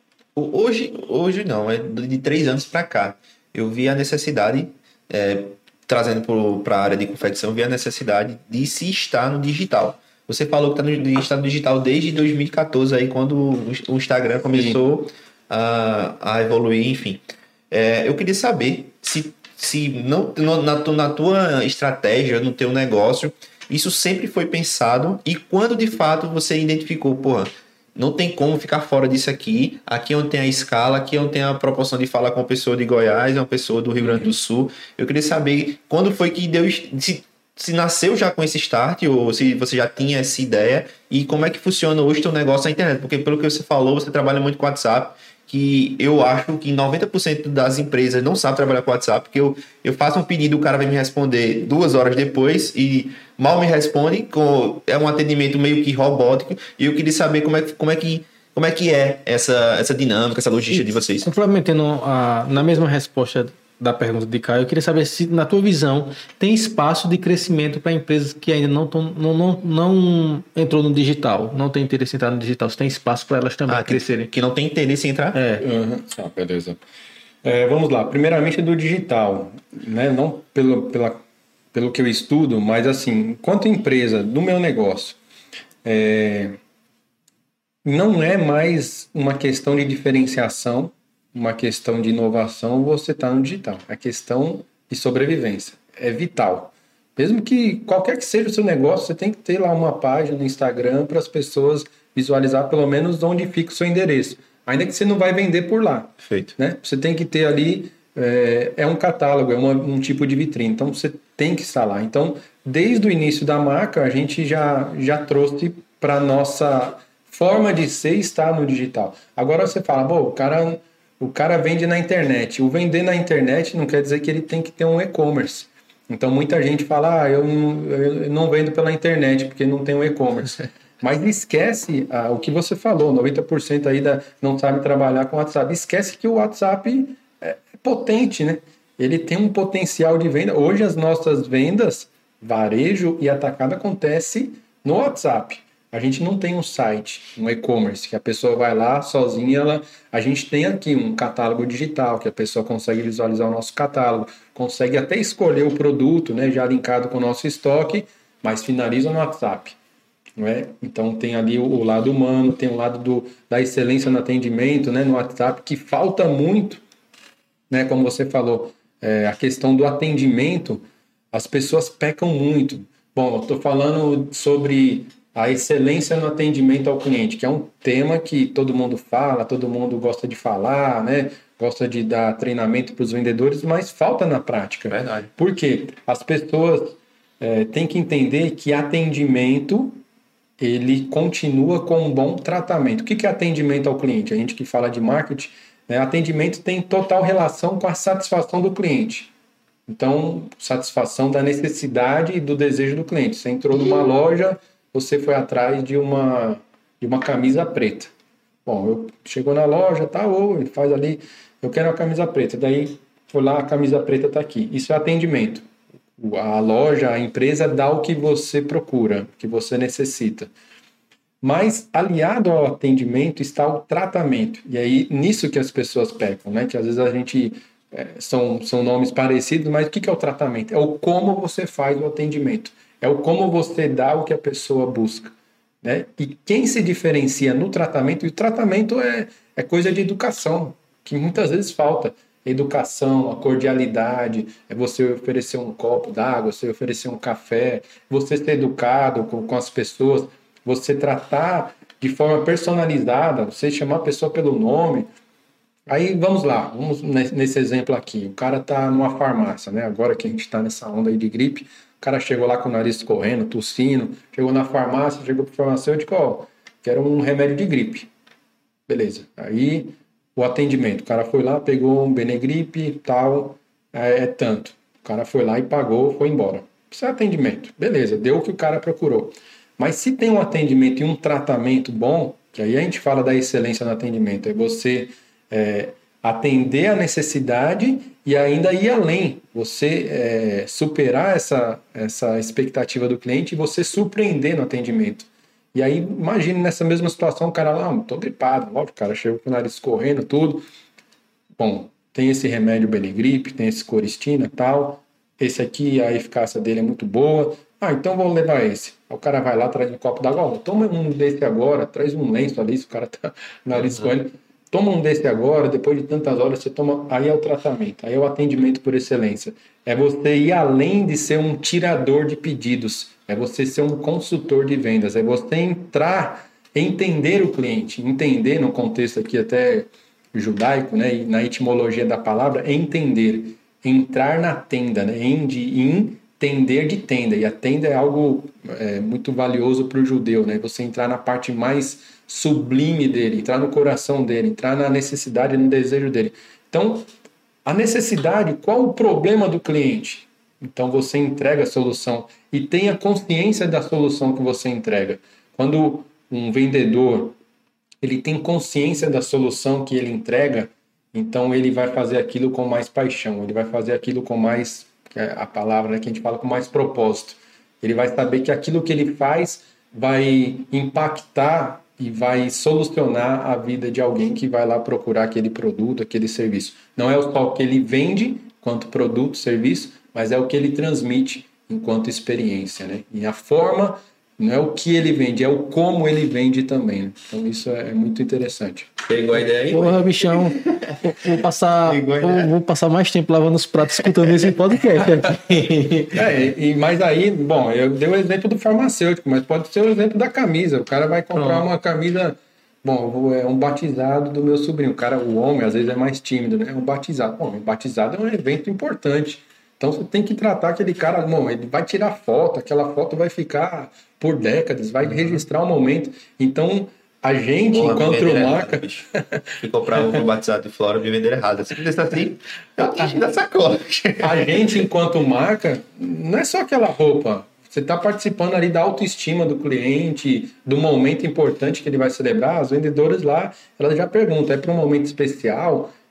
hoje, hoje não, é de três anos para cá. Eu vi a necessidade, é, trazendo para a área de confecção, eu vi a necessidade de se estar no digital. Você falou que está no, está no digital desde dois mil e quatorze, aí, quando o Instagram começou a, a evoluir, enfim. É, eu queria saber se... se não, na, na tua estratégia, no teu negócio, isso sempre foi pensado e quando de fato você identificou, porra, não tem como ficar fora disso aqui, aqui é onde tem a escala, aqui é onde tem a proporção de falar com uma pessoa de Goiás, uma pessoa do Rio Grande do Sul. Eu queria saber quando foi que deu, se, se nasceu já com esse start ou se você já tinha essa ideia e como é que funciona hoje o teu negócio na internet, porque pelo que você falou, você trabalha muito com WhatsApp, que eu acho que noventa por cento das empresas não sabem trabalhar com WhatsApp, porque eu, eu faço um pedido, o cara vai me responder duas horas depois e mal me responde, com, é um atendimento meio que robótico, e eu queria saber como é, como é, que, como é que é essa, essa dinâmica, essa logística de vocês. Complementando a, na mesma resposta da pergunta de Caio, eu queria saber se, na tua visão, tem espaço de crescimento para empresas que ainda não, tão, não, não, não entrou no digital, não tem interesse em entrar no digital, se tem espaço para elas também ah, crescerem. Que não tem interesse em entrar? É. Uhum. Ah, beleza. É, vamos lá. Primeiramente do digital, né? Não pelo, pela, pelo que eu estudo, mas assim, enquanto empresa do meu negócio, é, não é mais uma questão de diferenciação, uma questão de inovação, você está no digital. É questão de sobrevivência. É vital. Mesmo que qualquer que seja o seu negócio, você tem que ter lá uma página no Instagram para as pessoas visualizar pelo menos onde fica o seu endereço. Ainda que você não vai vender por lá. Perfeito. Né? Você tem que ter ali, é, é um catálogo, é uma, um tipo de vitrine. Então, você tem que estar lá. Então, desde o início da marca, a gente já, já trouxe para a nossa forma de ser estar no digital. Agora você fala, pô, o cara... O cara vende na internet. O vender na internet não quer dizer que ele tem que ter um e-commerce. Então, muita gente fala, ah, eu não, eu não vendo pela internet porque não tem um e-commerce. Mas esquece ah, o que você falou, noventa por cento aí da, não sabe trabalhar com o WhatsApp. Esquece que o WhatsApp é potente, né? ele tem um potencial de venda. Hoje as nossas vendas, varejo e atacado, acontece no WhatsApp. A gente não tem um site, um e-commerce, que a pessoa vai lá sozinha. Ela... A gente tem aqui um catálogo digital, que a pessoa consegue visualizar o nosso catálogo, consegue até escolher o produto, né, já linkado com o nosso estoque, mas finaliza no WhatsApp. Não é? Então tem ali o, o lado humano, tem o lado do, da excelência no atendimento, né, no WhatsApp, que falta muito, né, como você falou, é, a questão do atendimento, as pessoas pecam muito. Bom, eu estou falando sobre a excelência no atendimento ao cliente, que é um tema que todo mundo fala, todo mundo gosta de falar, né? Gosta de dar treinamento para os vendedores, mas falta na prática. Verdade. Por quê? As pessoas é, têm que entender que atendimento, ele continua com um bom tratamento. O que é atendimento ao cliente? A gente que fala de marketing, né? Atendimento tem total relação com a satisfação do cliente. Então, satisfação da necessidade e do desejo do cliente. Você entrou numa loja, você foi atrás de uma, de uma camisa preta. Bom, eu chegou na loja, tá, ou faz ali, eu quero uma camisa preta. Daí, foi lá, a camisa preta tá aqui. Isso é atendimento. A loja, a empresa dá o que você procura, o que você necessita. Mas, aliado ao atendimento, está o tratamento. E aí, nisso que as pessoas pecam, né? Que às vezes a gente... É, são, são nomes parecidos, mas o que, que é o tratamento? É o como você faz o atendimento. É o como você dá o que a pessoa busca, né? E quem se diferencia no tratamento, e o tratamento é, é coisa de educação, que muitas vezes falta. Educação, a cordialidade, é você oferecer um copo d'água, você oferecer um café, você ser educado com, com as pessoas, você tratar de forma personalizada, você chamar a pessoa pelo nome. Aí vamos lá, vamos nesse exemplo aqui. O cara tá numa farmácia, né? Agora que a gente tá nessa onda aí de gripe, o cara chegou lá com o nariz correndo, tossindo, chegou na farmácia, chegou pro farmacêutico, ó, quero um remédio de gripe. Beleza. Aí o atendimento, o cara foi lá, pegou um Benegripe e tal, é, é tanto. O cara foi lá e pagou, foi embora. Isso é atendimento. Beleza, deu o que o cara procurou. Mas se tem um atendimento e um tratamento bom, que aí a gente fala da excelência no atendimento, é você é, atender a necessidade e ainda ir além, você é, superar essa, essa expectativa do cliente e você surpreender no atendimento. E aí, imagine nessa mesma situação, o cara lá, ah, tô gripado, óbvio, o cara chegou com o nariz correndo, tudo. Bom, tem esse remédio Benegripe, tem esse Coristina e tal, esse aqui, a eficácia dele é muito boa, ah, então vou levar esse. O cara vai lá, traz um copo d'água, oh, toma um desse agora, traz um lenço ali, se o cara tá nariz uhum. correndo. Toma um desse agora, depois de tantas horas você toma... Aí é o tratamento, aí é o atendimento por excelência. É você ir além de ser um tirador de pedidos, é você ser um consultor de vendas, é você entrar, entender o cliente, entender no contexto aqui até judaico, né, e na etimologia da palavra, é entender, entrar na tenda, né, em de entender de tenda, e a tenda é algo é, muito valioso para o judeu, né, você entrar na parte mais sublime dele, entrar no coração dele, entrar na necessidade e no desejo dele. Então, a necessidade, qual o problema do cliente? Então, você entrega a solução e tenha consciência da solução que você entrega. Quando um vendedor ele tem consciência da solução que ele entrega, então ele vai fazer aquilo com mais paixão, ele vai fazer aquilo com mais, a palavra, né, que a gente fala, com mais propósito. Ele vai saber que aquilo que ele faz vai impactar e vai solucionar a vida de alguém que vai lá procurar aquele produto, aquele serviço. Não é só o que ele vende quanto produto, serviço, mas é o que ele transmite enquanto experiência, né? E a forma, não é o que ele vende, é o como ele vende também, né? Então isso é muito interessante. Pegou a ideia aí? Porra, bichão, vou, vou passar, vou, vou passar mais tempo lavando os pratos escutando esse podcast aqui. É, e, mas aí, bom, eu dei o exemplo do farmacêutico, mas pode ser o exemplo da camisa. O cara vai comprar Pronto. uma camisa, bom, é um batizado do meu sobrinho. O cara, o homem, às vezes é mais tímido, né? É um batizado. Bom, um batizado é um evento importante. Então você tem que tratar aquele cara, bom, ele vai tirar foto, aquela foto vai ficar por décadas, vai uhum. registrar o momento. Então, a gente, Boa, enquanto marca... Se comprar um batizado de flora, me vender errado. Se fizer assim, eu tiro da sacola. A gente, enquanto marca, não é só aquela roupa. Você está participando ali da autoestima do cliente, do momento importante que ele vai celebrar. As vendedoras lá, elas já perguntam, é para um momento especial?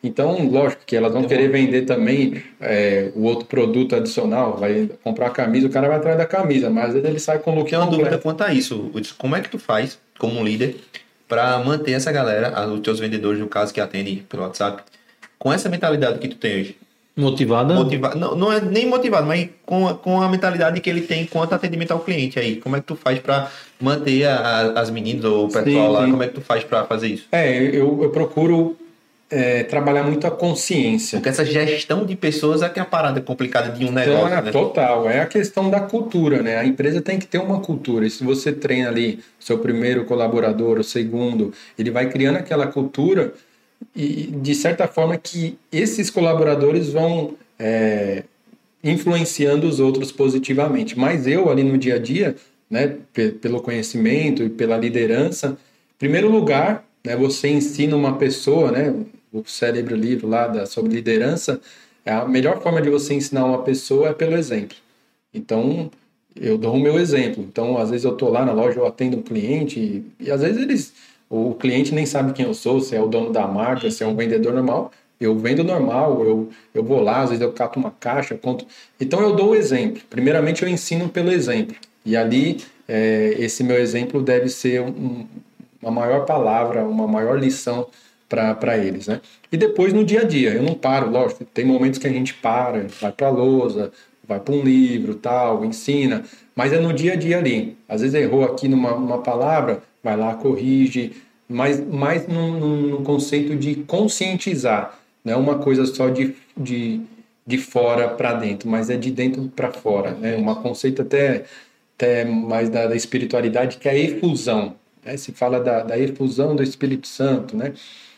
Então, lógico que elas vão querer vender também é, o outro produto adicional, vai comprar a camisa, o cara vai atrás da camisa, mas às vezes ele sai com o look Tem uma completo. dúvida quanto a isso. Hudson. Como é que tu faz, como um líder, para manter essa galera, os teus vendedores, no caso, que atendem pelo WhatsApp, com essa mentalidade que tu tem hoje? Motivada? Motiva... Não, não é nem motivado, mas com a, com a mentalidade que ele tem quanto atendimento ao cliente aí. Como é que tu faz para manter a, a, as meninas ou o pessoal Sim, lá? sim. Como é que tu faz para fazer isso? É, eu, eu procuro é, trabalhar muito a consciência. Porque essa gestão de pessoas é que é a parada complicada de um Então, negócio, é, né? total, é a questão da cultura, né? A empresa tem que ter uma cultura. E se você treina ali seu primeiro colaborador, o segundo, ele vai criando aquela cultura e, de certa forma, que esses colaboradores vão é, influenciando os outros positivamente. Mas eu, ali no dia a dia, né, pelo conhecimento e pela liderança, em primeiro lugar, né, você ensina uma pessoa, né, o célebre livro lá da, sobre liderança, a melhor forma de você ensinar uma pessoa é pelo exemplo. Então, eu dou o meu exemplo. Então, às vezes eu estou lá na loja, eu atendo um cliente e, e às vezes eles, o cliente nem sabe quem eu sou, se é o dono da marca, se é um vendedor normal. Eu vendo normal, eu, eu vou lá, às vezes eu cato uma caixa, conto. Então, eu dou o exemplo. Primeiramente, eu ensino pelo exemplo. E ali, é, esse meu exemplo deve ser um, uma maior palavra, uma maior lição para eles, né? E depois no dia a dia, eu não paro, lógico, tem momentos que a gente para, vai para a lousa, vai para um livro, tal, ensina, mas é no dia a dia ali. Às vezes errou aqui numa uma palavra, vai lá, corrige, mas mais num, num conceito de conscientizar, não é uma coisa só de, de, de fora para dentro, mas é de dentro para fora, né? Um conceito até, até mais da, da espiritualidade, que é a efusão, né? Se fala da, da efusão do Espírito Santo, né?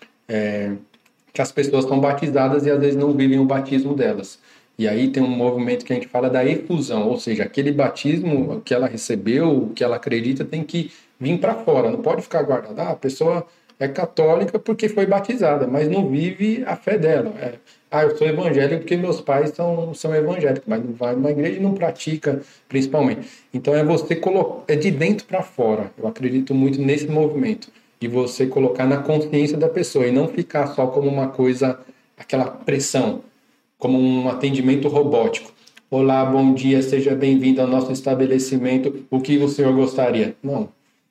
É, que as pessoas estão batizadas e às vezes não vivem o batismo delas. E aí tem um movimento que a gente fala da efusão, ou seja, aquele batismo que ela recebeu, que ela acredita, tem que vir para fora, não pode ficar guardado. Ah, a pessoa é católica porque foi batizada, mas não vive a fé dela. É, ah, eu sou evangélico porque meus pais são, são evangélicos, mas não vai numa igreja e não pratica, principalmente. Então é você colocar, é de dentro para fora. Eu acredito muito nesse movimento de você colocar na consciência da pessoa e não ficar só como uma coisa, aquela pressão, como um atendimento robótico. Olá, bom dia, seja bem-vindo ao nosso estabelecimento, o que o senhor gostaria? Não.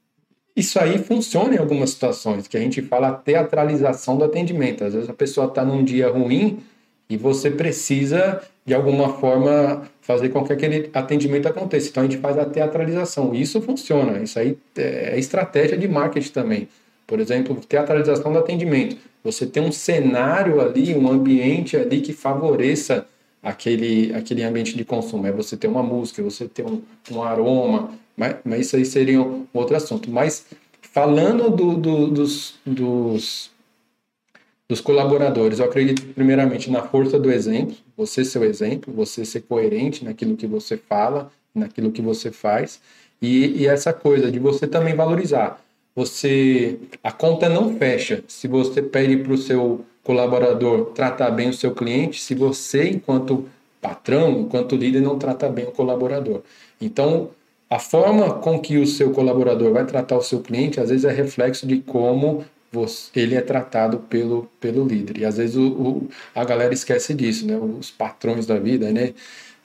Isso aí funciona em algumas situações, que a gente fala a teatralização do atendimento. Às vezes a pessoa está num dia ruim e você precisa, de alguma forma, fazer com que aquele atendimento aconteça. Então a gente faz a teatralização. Isso funciona. Isso aí é estratégia de marketing também. Por exemplo, teatralização do atendimento. Você tem um cenário ali, um ambiente ali que favoreça aquele, aquele ambiente de consumo. É você ter uma música, você ter um, um aroma, mas, mas isso aí seria um outro assunto. Mas falando do, do, dos, dos, dos colaboradores, eu acredito primeiramente na força do exemplo, você ser o exemplo, você ser coerente naquilo que você fala, naquilo que você faz, e, e essa coisa de você também valorizar. Você, a conta não fecha se você pede para o seu colaborador tratar bem o seu cliente, se você, enquanto patrão, enquanto líder, não trata bem o colaborador. Então, a forma com que o seu colaborador vai tratar o seu cliente, às vezes é reflexo de como você, ele é tratado pelo, pelo líder. E às vezes o, o, a galera esquece disso, né? Os patrões da vida, né?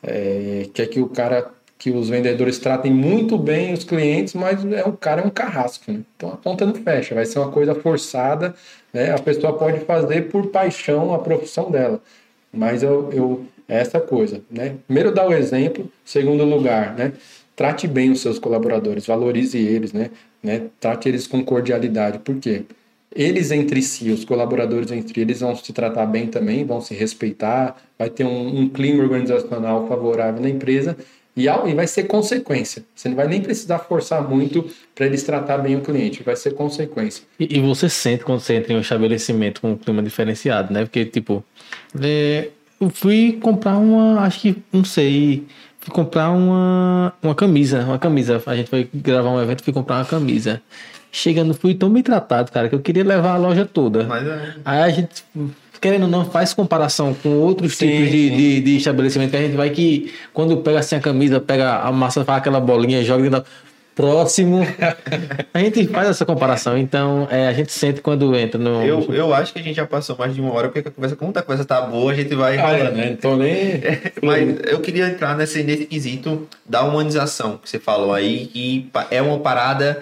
É, quer que o cara... que os vendedores tratem muito bem os clientes, mas é, o cara é um carrasco, né? Então a conta não fecha, vai ser uma coisa forçada, né? A pessoa pode fazer por paixão a profissão dela, mas eu, eu, é essa coisa, né? Primeiro, dá o exemplo. Segundo lugar, né? Trate bem os seus colaboradores, valorize eles, né? né? Trate eles com cordialidade, por quê? Eles entre si, os colaboradores entre eles vão se tratar bem também, vão se respeitar, vai ter um, um clima organizacional favorável na empresa. E vai ser consequência. Você não vai nem precisar forçar muito para eles tratar bem o cliente. Vai ser consequência. E, e você sente quando você entra em um estabelecimento com um clima diferenciado, né? Porque, tipo, é, eu fui comprar uma... Acho que, não sei... Fui comprar uma, uma camisa. Uma camisa. A gente foi gravar um evento e fui comprar uma camisa. Chegando, fui tão bem tratado, cara, que eu queria levar a loja toda. Mas é... Aí a gente... Querendo ou não, faz comparação com outros sim, tipos de, de, de estabelecimento que a gente vai que, quando pega assim a camisa, pega a massa, faz aquela bolinha, joga dentro da... próximo. A gente faz essa comparação, então é, a gente sente quando entra no... Eu, eu acho que a gente já passou mais de uma hora, porque a conversa, como a conversa tá boa, a gente vai Ah, rolando. né? Então nem... Mas eu queria entrar nesse, nesse quesito da humanização que você falou aí, que é uma parada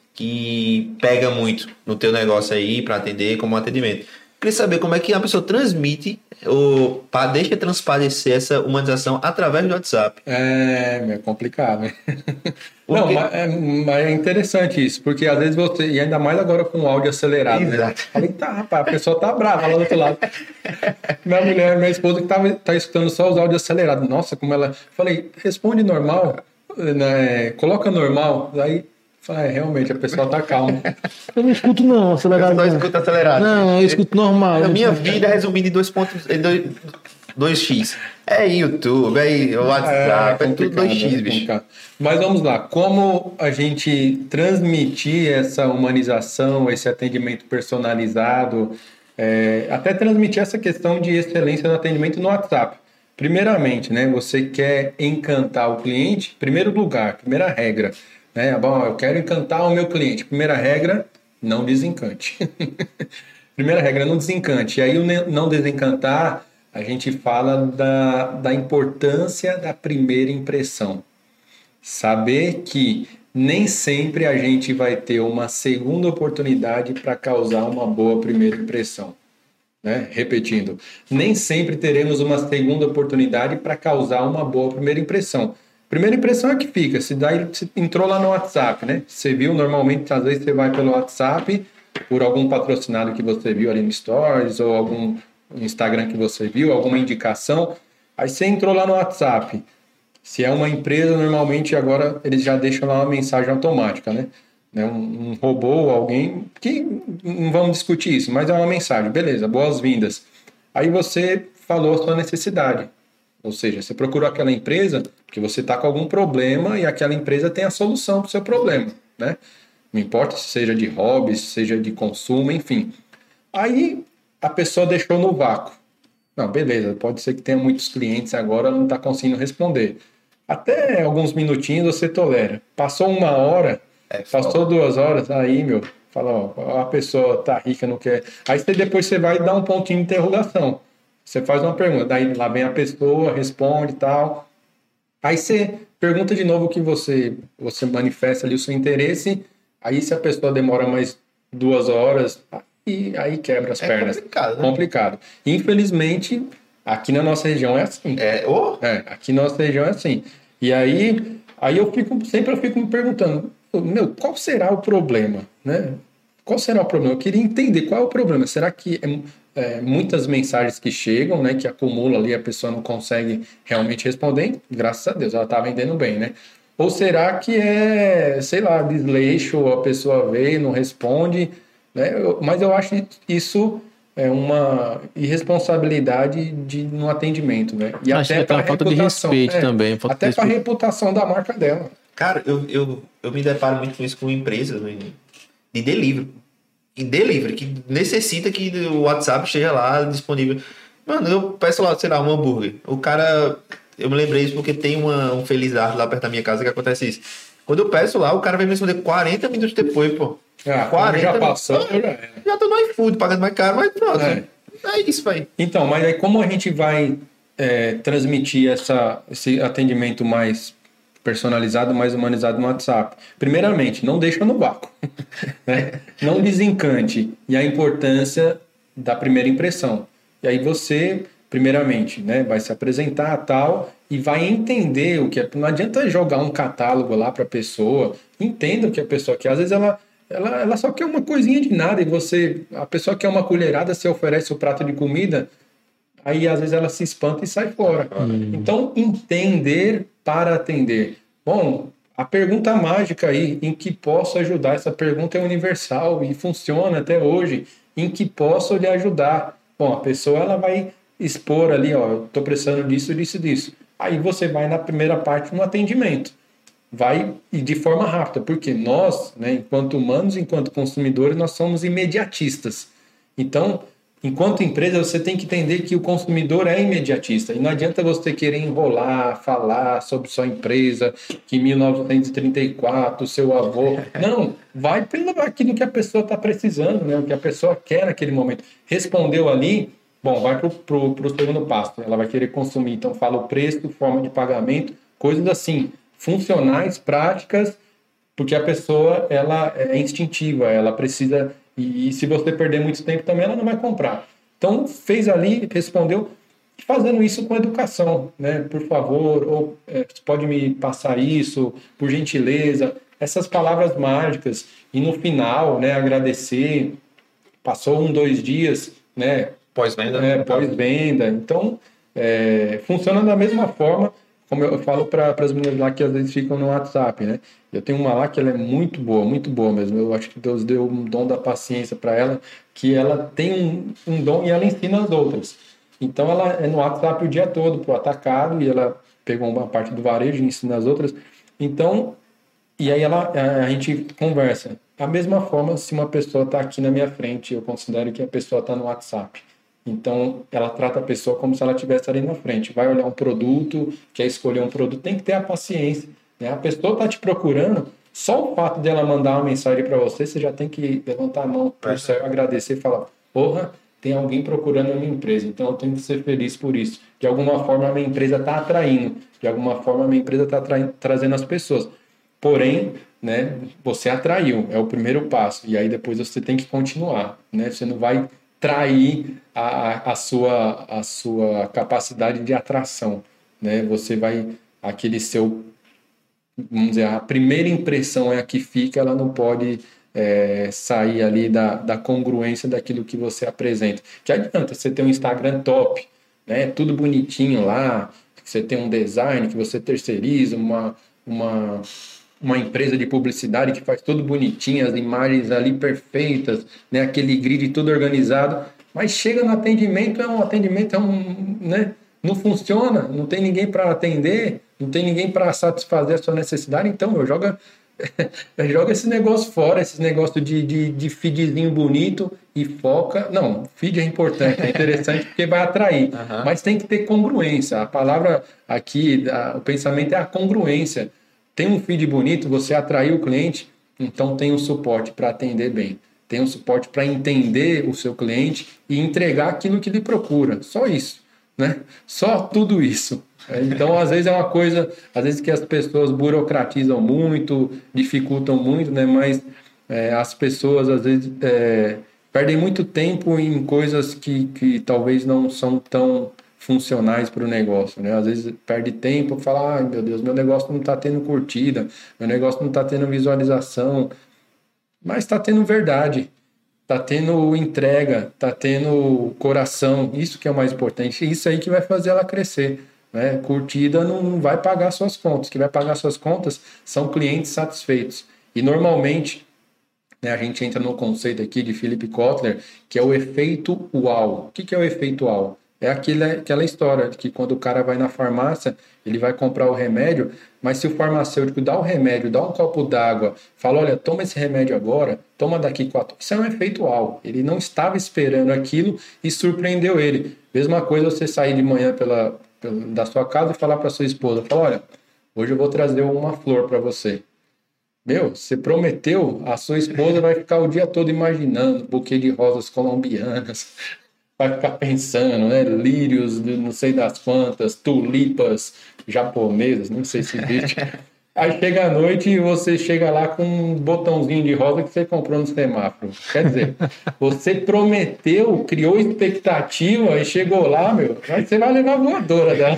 que pega muito no teu negócio aí para atender como atendimento. Queria saber como é que a pessoa transmite ou pá, deixa transparecer essa humanização através do WhatsApp. É, é complicado. Por Não, quê? mas é, mas é interessante isso, porque às vezes você, e ainda mais agora com o áudio acelerado, né? Exato. Falei, tá, rapaz, a pessoa tá brava lá do outro lado. Minha mulher, minha esposa que tava, tá escutando só os áudios acelerados. Nossa, como ela... Falei, responde normal, né? Coloca normal, aí... É, realmente, a pessoa tá calma. Eu não escuto não, acelerado. Você só escuta acelerado. Não, eu escuto normal. A minha vida resumida em dois pontos, em dois, dois x. É YouTube, é WhatsApp, é, é tudo dois x, é bicho. Mas vamos lá, como a gente transmitir essa humanização, esse atendimento personalizado, é, até transmitir essa questão de excelência no atendimento no WhatsApp. Primeiramente, né, você quer encantar o cliente, primeiro lugar, primeira regra, né? Bom, eu quero encantar o meu cliente. Primeira regra, não desencante. Primeira regra, não desencante. E aí, o não desencantar, a gente fala da, da importância da primeira impressão. Saber que nem sempre a gente vai ter uma segunda oportunidade para causar uma boa primeira impressão. Né? Repetindo, nem sempre teremos uma segunda oportunidade para causar uma boa primeira impressão. Primeira impressão é que fica, se daí você entrou lá no WhatsApp, né? Você viu, normalmente, às vezes você vai pelo WhatsApp, por algum patrocinado que você viu ali no Stories, ou algum Instagram que você viu, alguma indicação, aí você entrou lá no WhatsApp. Se é uma empresa, normalmente agora eles já deixam lá uma mensagem automática, né? Um, um robô ou alguém, que não vamos discutir isso, mas é uma mensagem, beleza, boas-vindas. Aí você falou a sua necessidade. Ou seja, você procurou aquela empresa porque você está com algum problema e aquela empresa tem a solução para o seu problema, né? Não importa se seja de hobby, se seja de consumo, enfim. Aí a pessoa deixou no vácuo. Não, beleza, pode ser que tenha muitos clientes agora, não está conseguindo responder. Até alguns minutinhos você tolera. Passou uma hora, é, passou duas horas, aí, meu, fala, ó, a pessoa tá rica, não quer. Aí você, depois você vai dar um pontinho de interrogação. Você faz uma pergunta, daí lá vem a pessoa, responde e tal. Aí você pergunta de novo o que você, você manifesta ali o seu interesse. Aí se a pessoa demora mais duas horas, aí, aí quebra as é pernas. Complicado, né? Complicado. Infelizmente, aqui na nossa região é assim. É, oh. é aqui na nossa região é assim. E aí, aí eu fico, sempre eu fico me perguntando, meu, qual será o problema, né? Qual será o problema? Eu queria entender qual é o problema. Será que é, é, muitas mensagens que chegam, né, que acumulam ali, a pessoa não consegue realmente responder? Graças a Deus, ela está vendendo bem, né? Ou será que é, sei lá, desleixo, a pessoa veio, não responde, né? Eu, mas eu acho isso é uma irresponsabilidade de, no atendimento, né? E acho até que é uma falta de respeito é, também. Falta até para a respeito. reputação da marca dela. Cara, eu, eu, eu me deparo muito com isso com empresas de delivery. E delivery, que necessita que o WhatsApp esteja lá disponível. Mano, eu peço lá, sei lá, um hambúrguer. O cara... Eu me lembrei isso porque tem uma, um Felizardo lá perto da minha casa que acontece isso. Quando eu peço lá, o cara vem me responder quarenta minutos depois, pô. Ah, quarenta já passou, minutos. já era. Já tô no iFood, pagando mais caro, mas pronto. É, é isso, velho. Então, mas aí como a gente vai é, transmitir essa, esse atendimento mais personalizado, mais humanizado no WhatsApp? Primeiramente, não deixa no vácuo. Né? Não desencante. E a importância da primeira impressão. E aí você, primeiramente, né, vai se apresentar tal e vai entender o que é. Não adianta jogar um catálogo lá para a pessoa. Entenda o que a pessoa quer. Às vezes ela, ela, ela só quer uma coisinha de nada e você, a pessoa quer uma colherada, você oferece o prato de comida, aí às vezes ela se espanta e sai fora. Hum. Então, entender para atender. Bom, a pergunta mágica aí, em que posso ajudar? Essa pergunta é universal e funciona até hoje. Em que posso lhe ajudar? Bom, a pessoa ela vai expor ali, ó, estou precisando disso, disso, disso. Aí você vai na primeira parte no atendimento. Vai e de forma rápida, porque nós, né, enquanto humanos, enquanto consumidores, nós somos imediatistas. Então, enquanto empresa, você tem que entender que o consumidor é imediatista. E não adianta você querer enrolar, falar sobre sua empresa, que em mil novecentos e trinta e quatro, seu avô... Não, vai pelo aquilo que a pessoa está precisando, né? O que a pessoa quer naquele momento. Respondeu ali, bom, vai para o segundo passo. Ela vai querer consumir. Então, fala o preço, forma de pagamento, coisas assim, funcionais, práticas, porque a pessoa ela é instintiva, ela precisa... E, e se você perder muito tempo também, ela não vai comprar. Então, fez ali, respondeu, fazendo isso com educação, né? Por favor, ou é, você pode me passar isso, por gentileza, essas palavras mágicas. E no final, né, agradecer, passou um, dois dias, né? Pós-venda. É, pós-venda. Então, é, funciona da mesma forma, como eu falo para as meninas lá que às vezes ficam no WhatsApp, né? Eu tenho uma lá que ela é muito boa, muito boa mesmo. Eu acho que Deus deu um dom da paciência para ela, que ela tem um, um dom e ela ensina as outras. Então, ela é no WhatsApp o dia todo, pro atacado, e ela pegou uma parte do varejo e ensina as outras. Então, e aí ela, a gente conversa. Da mesma forma, se uma pessoa está aqui na minha frente, eu considero que a pessoa está no WhatsApp. Então, ela trata a pessoa como se ela estivesse ali na frente. Vai olhar um produto, quer escolher um produto, tem que ter a paciência. Né? A pessoa está te procurando, só o fato dela mandar uma mensagem para você, você já tem que levantar a mão para o céu, agradecer e falar, porra, tem alguém procurando a minha empresa, então eu tenho que ser feliz por isso. De alguma forma, a minha empresa está atraindo, de alguma forma, a minha empresa está trazendo as pessoas. Porém, né, você atraiu, é o primeiro passo, e aí depois você tem que continuar. Né? Você não vai trair a, a, sua, a sua capacidade de atração, né? Você vai, aquele seu, vamos dizer, a primeira impressão é a que fica, ela não pode é, sair ali da, da congruência daquilo que você apresenta. Que adianta você ter um Instagram top, né? Tudo bonitinho lá, que você tem um design, que você terceiriza, uma... uma uma empresa de publicidade que faz tudo bonitinho, as imagens ali perfeitas, né? Aquele grid tudo organizado, mas chega no atendimento, é um atendimento, é um, né? Não funciona, não tem ninguém para atender, não tem ninguém para satisfazer a sua necessidade, então eu jogo, eu jogo esse negócio fora, esse negócio de, de, de feedzinho bonito e foca, não, feed é importante, é interessante porque vai atrair, uhum. Mas tem que ter congruência, a palavra aqui, a, o pensamento é a congruência. Tem um feed bonito, você atraiu o cliente, então tem um suporte para atender bem. Tem um suporte para entender o seu cliente e entregar aquilo que ele procura. Só isso, né? Só tudo isso. Então, às vezes é uma coisa, às vezes que as pessoas burocratizam muito, dificultam muito, né? Mas é, as pessoas, às vezes, é, perdem muito tempo em coisas que, que talvez não são tão funcionais para o negócio, né? Às vezes perde tempo, fala, ai meu Deus, meu negócio não está tendo curtida, meu negócio não está tendo visualização, mas está tendo verdade, está tendo entrega, está tendo coração, isso que é o mais importante, isso aí que vai fazer ela crescer, né? Curtida não vai pagar suas contas, o que vai pagar suas contas são clientes satisfeitos, e normalmente, né, a gente entra no conceito aqui de Philip Kotler, que é o efeito uau. O que, que é o efeito uau? É aquela, aquela história de que quando o cara vai na farmácia, ele vai comprar o remédio, mas se o farmacêutico dá o remédio, dá um copo d'água, fala, olha, toma esse remédio agora, toma daqui quatro... Isso é um efeito uau. Ele não estava esperando aquilo e surpreendeu ele. Mesma coisa você sair de manhã pela, pela, da sua casa e falar para sua esposa, fala, olha, hoje eu vou trazer uma flor para você. Meu, você prometeu, a sua esposa vai ficar o dia todo imaginando buquê de rosas colombianas, vai ficar pensando, né? Lírios, não sei das quantas, tulipas japonesas, não sei se existe. Aí chega a noite e você chega lá com um botãozinho de rosa que você comprou no semáforo. Quer dizer, você prometeu, criou expectativa e chegou lá, meu, mas você vai levar a voadora dela.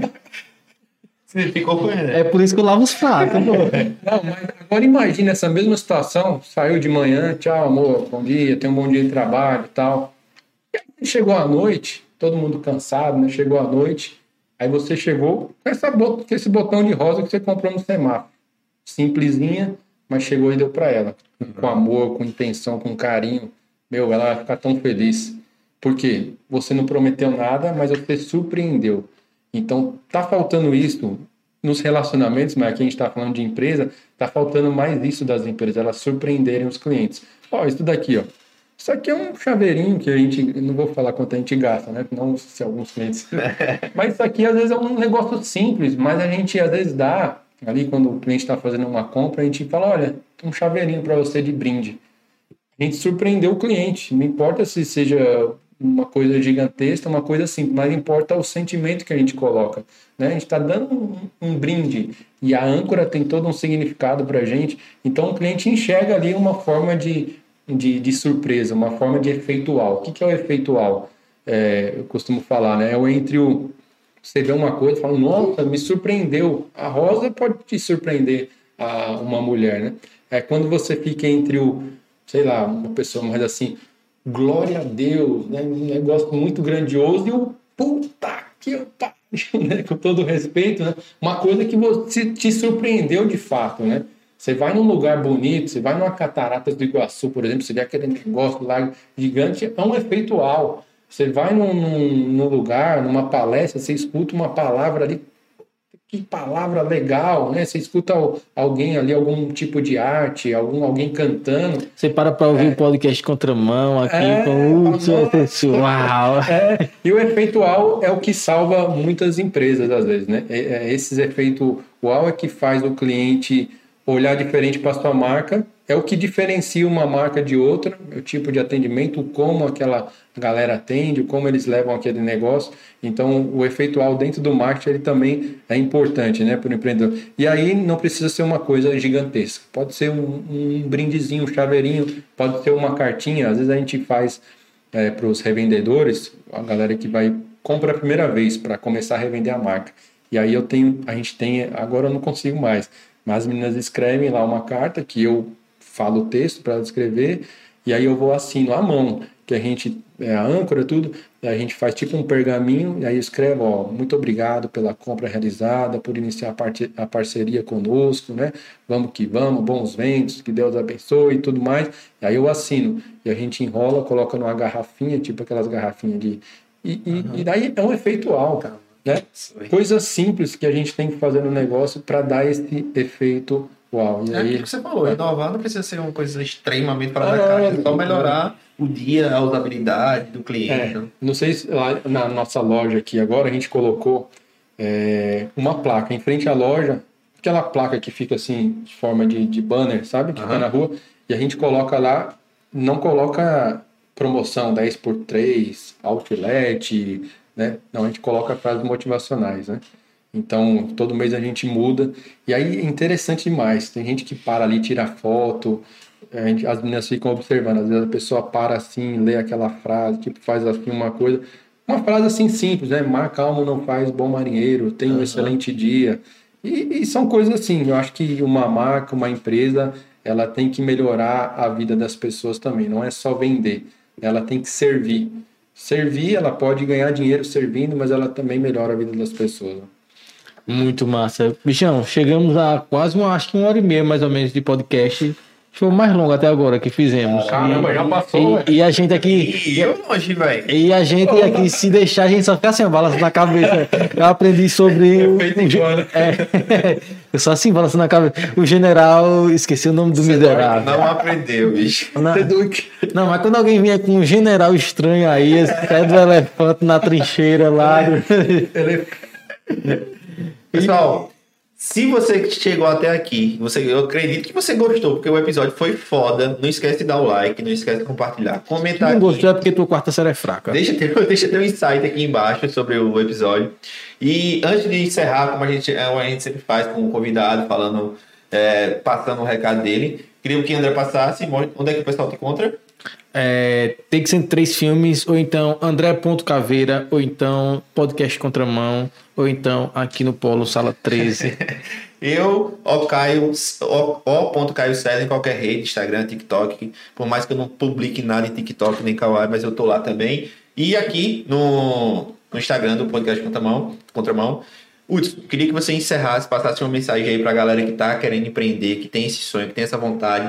Você ficou com ele. É por isso que eu lavo os pratos. Não, mas agora imagina essa mesma situação, saiu de manhã, tchau amor, bom dia, tenha um bom dia de trabalho e tal. Chegou à noite, todo mundo cansado, né? Chegou à noite, aí você chegou com, essa, com esse botão de rosa que você comprou no semáforo. Simplesinha, mas chegou e deu para ela. Uhum. Com amor, com intenção, com carinho. Meu, ela vai ficar tão feliz. Por quê? Você não prometeu nada, mas você surpreendeu. Então, tá faltando isso nos relacionamentos, mas aqui a gente está falando de empresa, tá faltando mais isso das empresas, elas surpreenderem os clientes. Ó, isso daqui, ó. Isso aqui é um chaveirinho que a gente, não vou falar quanto a gente gasta, né? Não se alguns clientes. Mas isso aqui às vezes é um negócio simples, mas a gente às vezes dá, ali quando o cliente está fazendo uma compra, a gente fala, olha, tem um chaveirinho para você de brinde. A gente surpreendeu o cliente, não importa se seja uma coisa gigantesca, uma coisa simples, mas importa o sentimento que a gente coloca, né? A gente está dando um, um brinde e a âncora tem todo um significado para a gente, então o cliente enxerga ali uma forma de, de, de surpresa, uma forma de efeitual. O que, que é o efeitual? É, eu costumo falar, né? É o entre o você vê uma coisa e fala, nossa, me surpreendeu. A rosa pode te surpreender a uma mulher, né? É quando você fica entre o, sei lá, uma pessoa mais assim, glória a Deus, né? Um negócio muito grandioso e o puta que pariu, né? Com todo respeito, né? Uma coisa que você te surpreendeu de fato, né? Você vai num lugar bonito, você vai numa cataratas do Iguaçu, por exemplo, você vê aquele negócio lá gigante, é um efeitual. Você vai num, num, num lugar, numa palestra, você escuta uma palavra ali, que palavra legal, né? Você escuta alguém ali, algum tipo de arte, algum, alguém cantando. Você para para ouvir o é. podcast Contramão aqui, é, com o seu pessoal. É, e o efeitual é o que salva muitas empresas, às vezes, né? É, é, esses efeitual é que faz o cliente olhar diferente para a sua marca, é o que diferencia uma marca de outra, o tipo de atendimento, como aquela galera atende, como eles levam aquele negócio. Então, o efeitual dentro do marketing ele também é importante, né, para o empreendedor. E aí não precisa ser uma coisa gigantesca. Pode ser um, um brindezinho, um chaveirinho, pode ser uma cartinha. Às vezes a gente faz é, para os revendedores, a galera que vai compra a primeira vez para começar a revender a marca. E aí eu tenho, a gente tem, agora eu não consigo mais, mas as meninas escrevem lá uma carta que eu falo o texto para ela escrever, e aí eu vou assino à mão, que a gente, é a âncora, tudo, a gente faz tipo um pergaminho, e aí escreve, ó, muito obrigado pela compra realizada, por iniciar a, parte, a parceria conosco, né, vamos que vamos, bons ventos, que Deus abençoe e tudo mais, e aí eu assino, e a gente enrola, coloca numa garrafinha, tipo aquelas garrafinhas de... E, e, uhum. e daí é um efeitual, cara, né? Coisas simples que a gente tem que fazer no negócio para dar esse efeito uau. E é aí, aquilo que você falou, inovar não precisa ser uma coisa extremamente fora da caixa, é só melhorar o dia, a usabilidade do cliente. É, não sei se lá na nossa loja aqui agora a gente colocou é, uma placa em frente à loja, aquela placa que fica assim, de forma de, de banner, sabe? Que fica uhum. na rua, e a gente coloca lá, não coloca promoção dez por três, outlet, né? Não, a gente coloca frases motivacionais, né? Então, todo mês a gente muda. E aí é interessante demais. Tem gente que para ali, tira foto. A gente, as meninas ficam observando. Às vezes a pessoa para assim, lê aquela frase, tipo, faz assim uma coisa. Uma frase assim simples, né? Mar calmo não faz bom marinheiro. Tenha um uhum. excelente dia. E, e são coisas assim. Eu acho que uma marca, uma empresa, ela tem que melhorar a vida das pessoas também. Não é só vender. Ela tem que servir. Servir, ela pode ganhar dinheiro servindo, mas ela também melhora a vida das pessoas. Muito massa. Bichão, chegamos a quase uma, acho que uma hora e meia mais ou menos de podcast. Foi o mais longo até agora que fizemos. Caramba, e, já passou. E, e a gente aqui. E eu longe, velho. E a gente aqui, se deixar, a gente só fica assim, balançando na cabeça. Eu aprendi sobre. o, o, é, eu só assim, balançando na cabeça. O general, esqueci o nome do miserável. Não aprendeu, bicho. Não, não, mas quando alguém vinha com um general estranho aí, esse pé do elefante na trincheira lá. Pessoal, se você chegou até aqui, você, eu acredito que você gostou, porque o episódio foi foda. Não esquece de dar o like, não esquece de compartilhar, comentar. Se não gostou aqui. É porque tua quarta série é fraca. Deixa ter, deixa ter um insight aqui embaixo sobre o episódio. E antes de encerrar, como a gente, a gente sempre faz com o convidado, falando, é, passando o recado dele, queria que o André passasse. Onde é que o pessoal te encontra? É, tem que ser três filmes, ou então André.caveira, ou então Podcast Contramão, ou então aqui no Polo, Sala treze. Eu, o Caio, o Caio César em qualquer rede, Instagram, TikTok, por mais que eu não publique nada em TikTok nem Kawaii, mas eu tô lá também. E aqui no, no Instagram do Podcast Contramão, Contramão. Hudson, queria que você encerrasse, passasse uma mensagem aí pra galera que tá querendo empreender, que tem esse sonho, que tem essa vontade.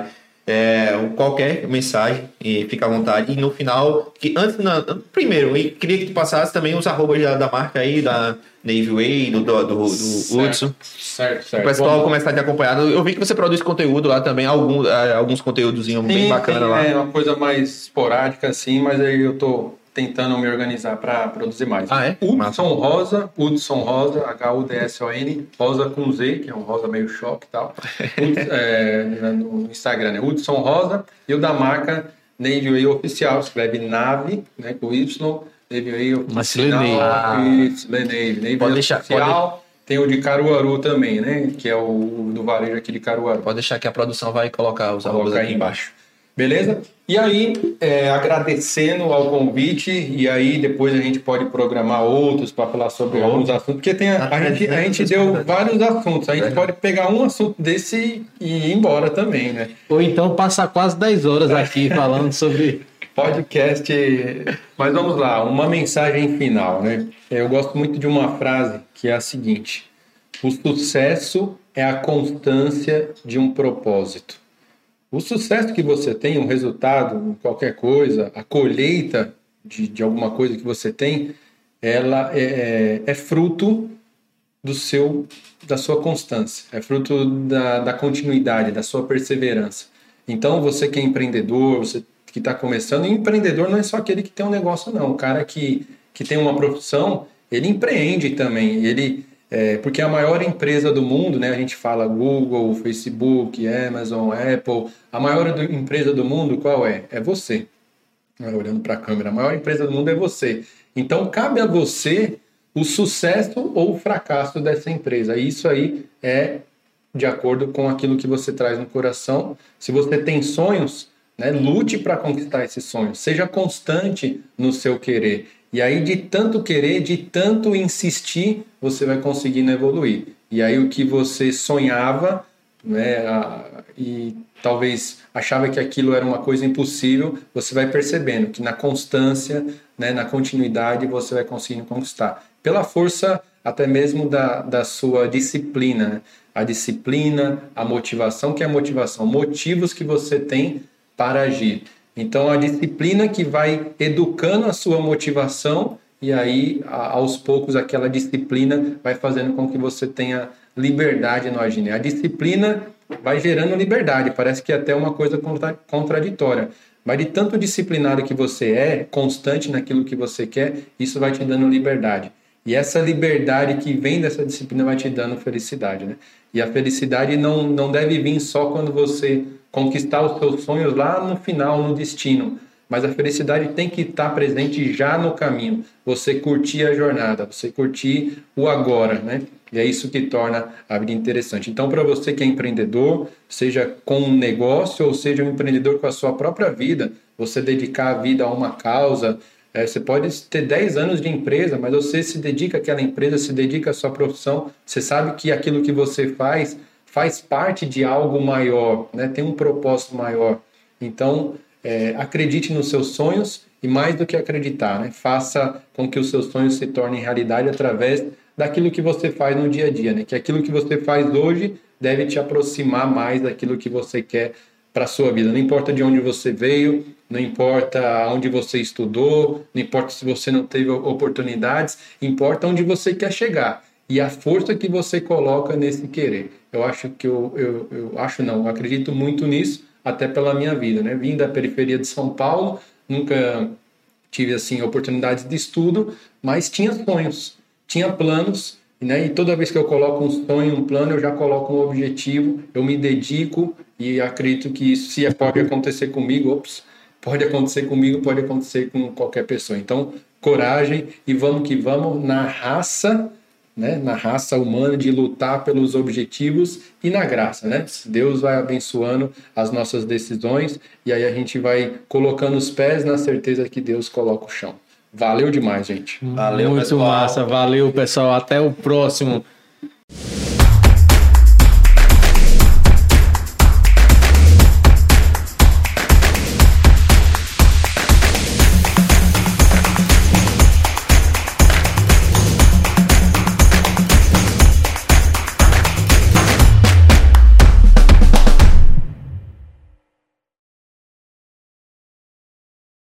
é, qualquer mensagem, e fica à vontade. E no final, que antes, na, primeiro, eu queria que tu passasse também os arrobas da, da marca aí, da Navy Way, do, do, do, do Hudson. Certo, certo. O pessoal começar a te acompanhar. Eu vi que você produz conteúdo lá também, algum, alguns conteúdos bem bacana lá. É uma coisa mais esporádica, assim, mas aí eu tô tentando me organizar para produzir mais. Ah, é? Hudson Rosa, Hudson Rosa, H U D S O N, Rosa com Z, que é um rosa meio choque e tal. Hudson, é, no Instagram, né? Hudson Rosa. E o da marca Navy Way Oficial, escreve Nave, né, com Y, Navy Way Oficial. Ah. Isso, Navy, Navy pode Oficial. Deixar, pode... Tem o de Caruaru também, né? Que é o do varejo aqui de Caruaru. Pode deixar que a produção vai colocar os arrobas aqui embaixo. Beleza? E aí, é, agradecendo ao convite, e aí depois a gente pode programar outros para falar sobre oh. alguns assuntos, porque tem a, a, gente, a gente deu vários assuntos, a gente é. pode pegar um assunto desse e ir embora também, né? Ou então passar quase dez horas aqui falando sobre... podcast. Mas vamos lá, uma mensagem final, né? Eu gosto muito de uma frase que é a seguinte: o sucesso é a constância de um propósito. O sucesso que você tem, um resultado em qualquer coisa, a colheita de, de alguma coisa que você tem, ela é, é, é fruto do seu, da sua constância, é fruto da, da continuidade, da sua perseverança. Então, você que é empreendedor, você que está começando, e empreendedor não é só aquele que tem um negócio, não. O cara que, que tem uma profissão, ele empreende também, ele... É, porque a maior empresa do mundo, né, a gente fala Google, Facebook, Amazon, Apple, a maior do, empresa do mundo, qual é? É você. Olhando para a câmera, a maior empresa do mundo é você. Então, cabe a você o sucesso ou o fracasso dessa empresa. Isso aí é de acordo com aquilo que você traz no coração. Se você tem sonhos, né, lute para conquistar esses sonhos. Seja constante no seu querer. E aí, de tanto querer, de tanto insistir, você vai conseguindo evoluir. E aí, o que você sonhava, né, a, e talvez achava que aquilo era uma coisa impossível, você vai percebendo que na constância, né, na continuidade, você vai conseguindo conquistar. Pela força até mesmo da, da sua disciplina. Né? A disciplina, a motivação, que é a motivação? Motivos que você tem para agir. Então, a disciplina que vai educando a sua motivação e aí, aos poucos, aquela disciplina vai fazendo com que você tenha liberdade no agir. A disciplina vai gerando liberdade, parece que é até uma coisa contraditória. Mas de tanto disciplinado que você é, constante naquilo que você quer, isso vai te dando liberdade. E essa liberdade que vem dessa disciplina vai te dando felicidade, né? E a felicidade não, não deve vir só quando você conquistar os seus sonhos lá no final, no destino. Mas a felicidade tem que estar presente já no caminho. Você curtir a jornada, você curtir o agora, né? E é isso que torna a vida interessante. Então, para você que é empreendedor, seja com um negócio ou seja um empreendedor com a sua própria vida, você dedicar a vida a uma causa. É, você pode ter dez anos de empresa, mas você se dedica àquela empresa, se dedica à sua profissão, você sabe que aquilo que você faz faz parte de algo maior, né? Tem um propósito maior. Então, é, acredite nos seus sonhos e mais do que acreditar, né? Faça com que os seus sonhos se tornem realidade através daquilo que você faz no dia a dia, né? Que aquilo que você faz hoje deve te aproximar mais daquilo que você quer para a sua vida. Não importa de onde você veio, não importa onde você estudou, não importa se você não teve oportunidades, importa onde você quer chegar e a força que você coloca nesse querer. Eu acho que eu, eu, eu acho não, eu acredito muito nisso, até pela minha vida, né? Vim da periferia de São Paulo, nunca tive assim oportunidades de estudo, mas tinha sonhos, tinha planos, né? E toda vez que eu coloco um sonho, um plano, eu já coloco um objetivo, eu me dedico e acredito que isso se pode acontecer comigo, ops, pode acontecer comigo, pode acontecer com qualquer pessoa. Então, coragem e vamos que vamos na raça, né? Na raça humana de lutar pelos objetivos e na graça, né? Deus vai abençoando as nossas decisões e aí a gente vai colocando os pés na certeza que Deus coloca o chão. Valeu demais, gente. Valeu, muito pessoal. Massa, valeu, pessoal. Até o próximo.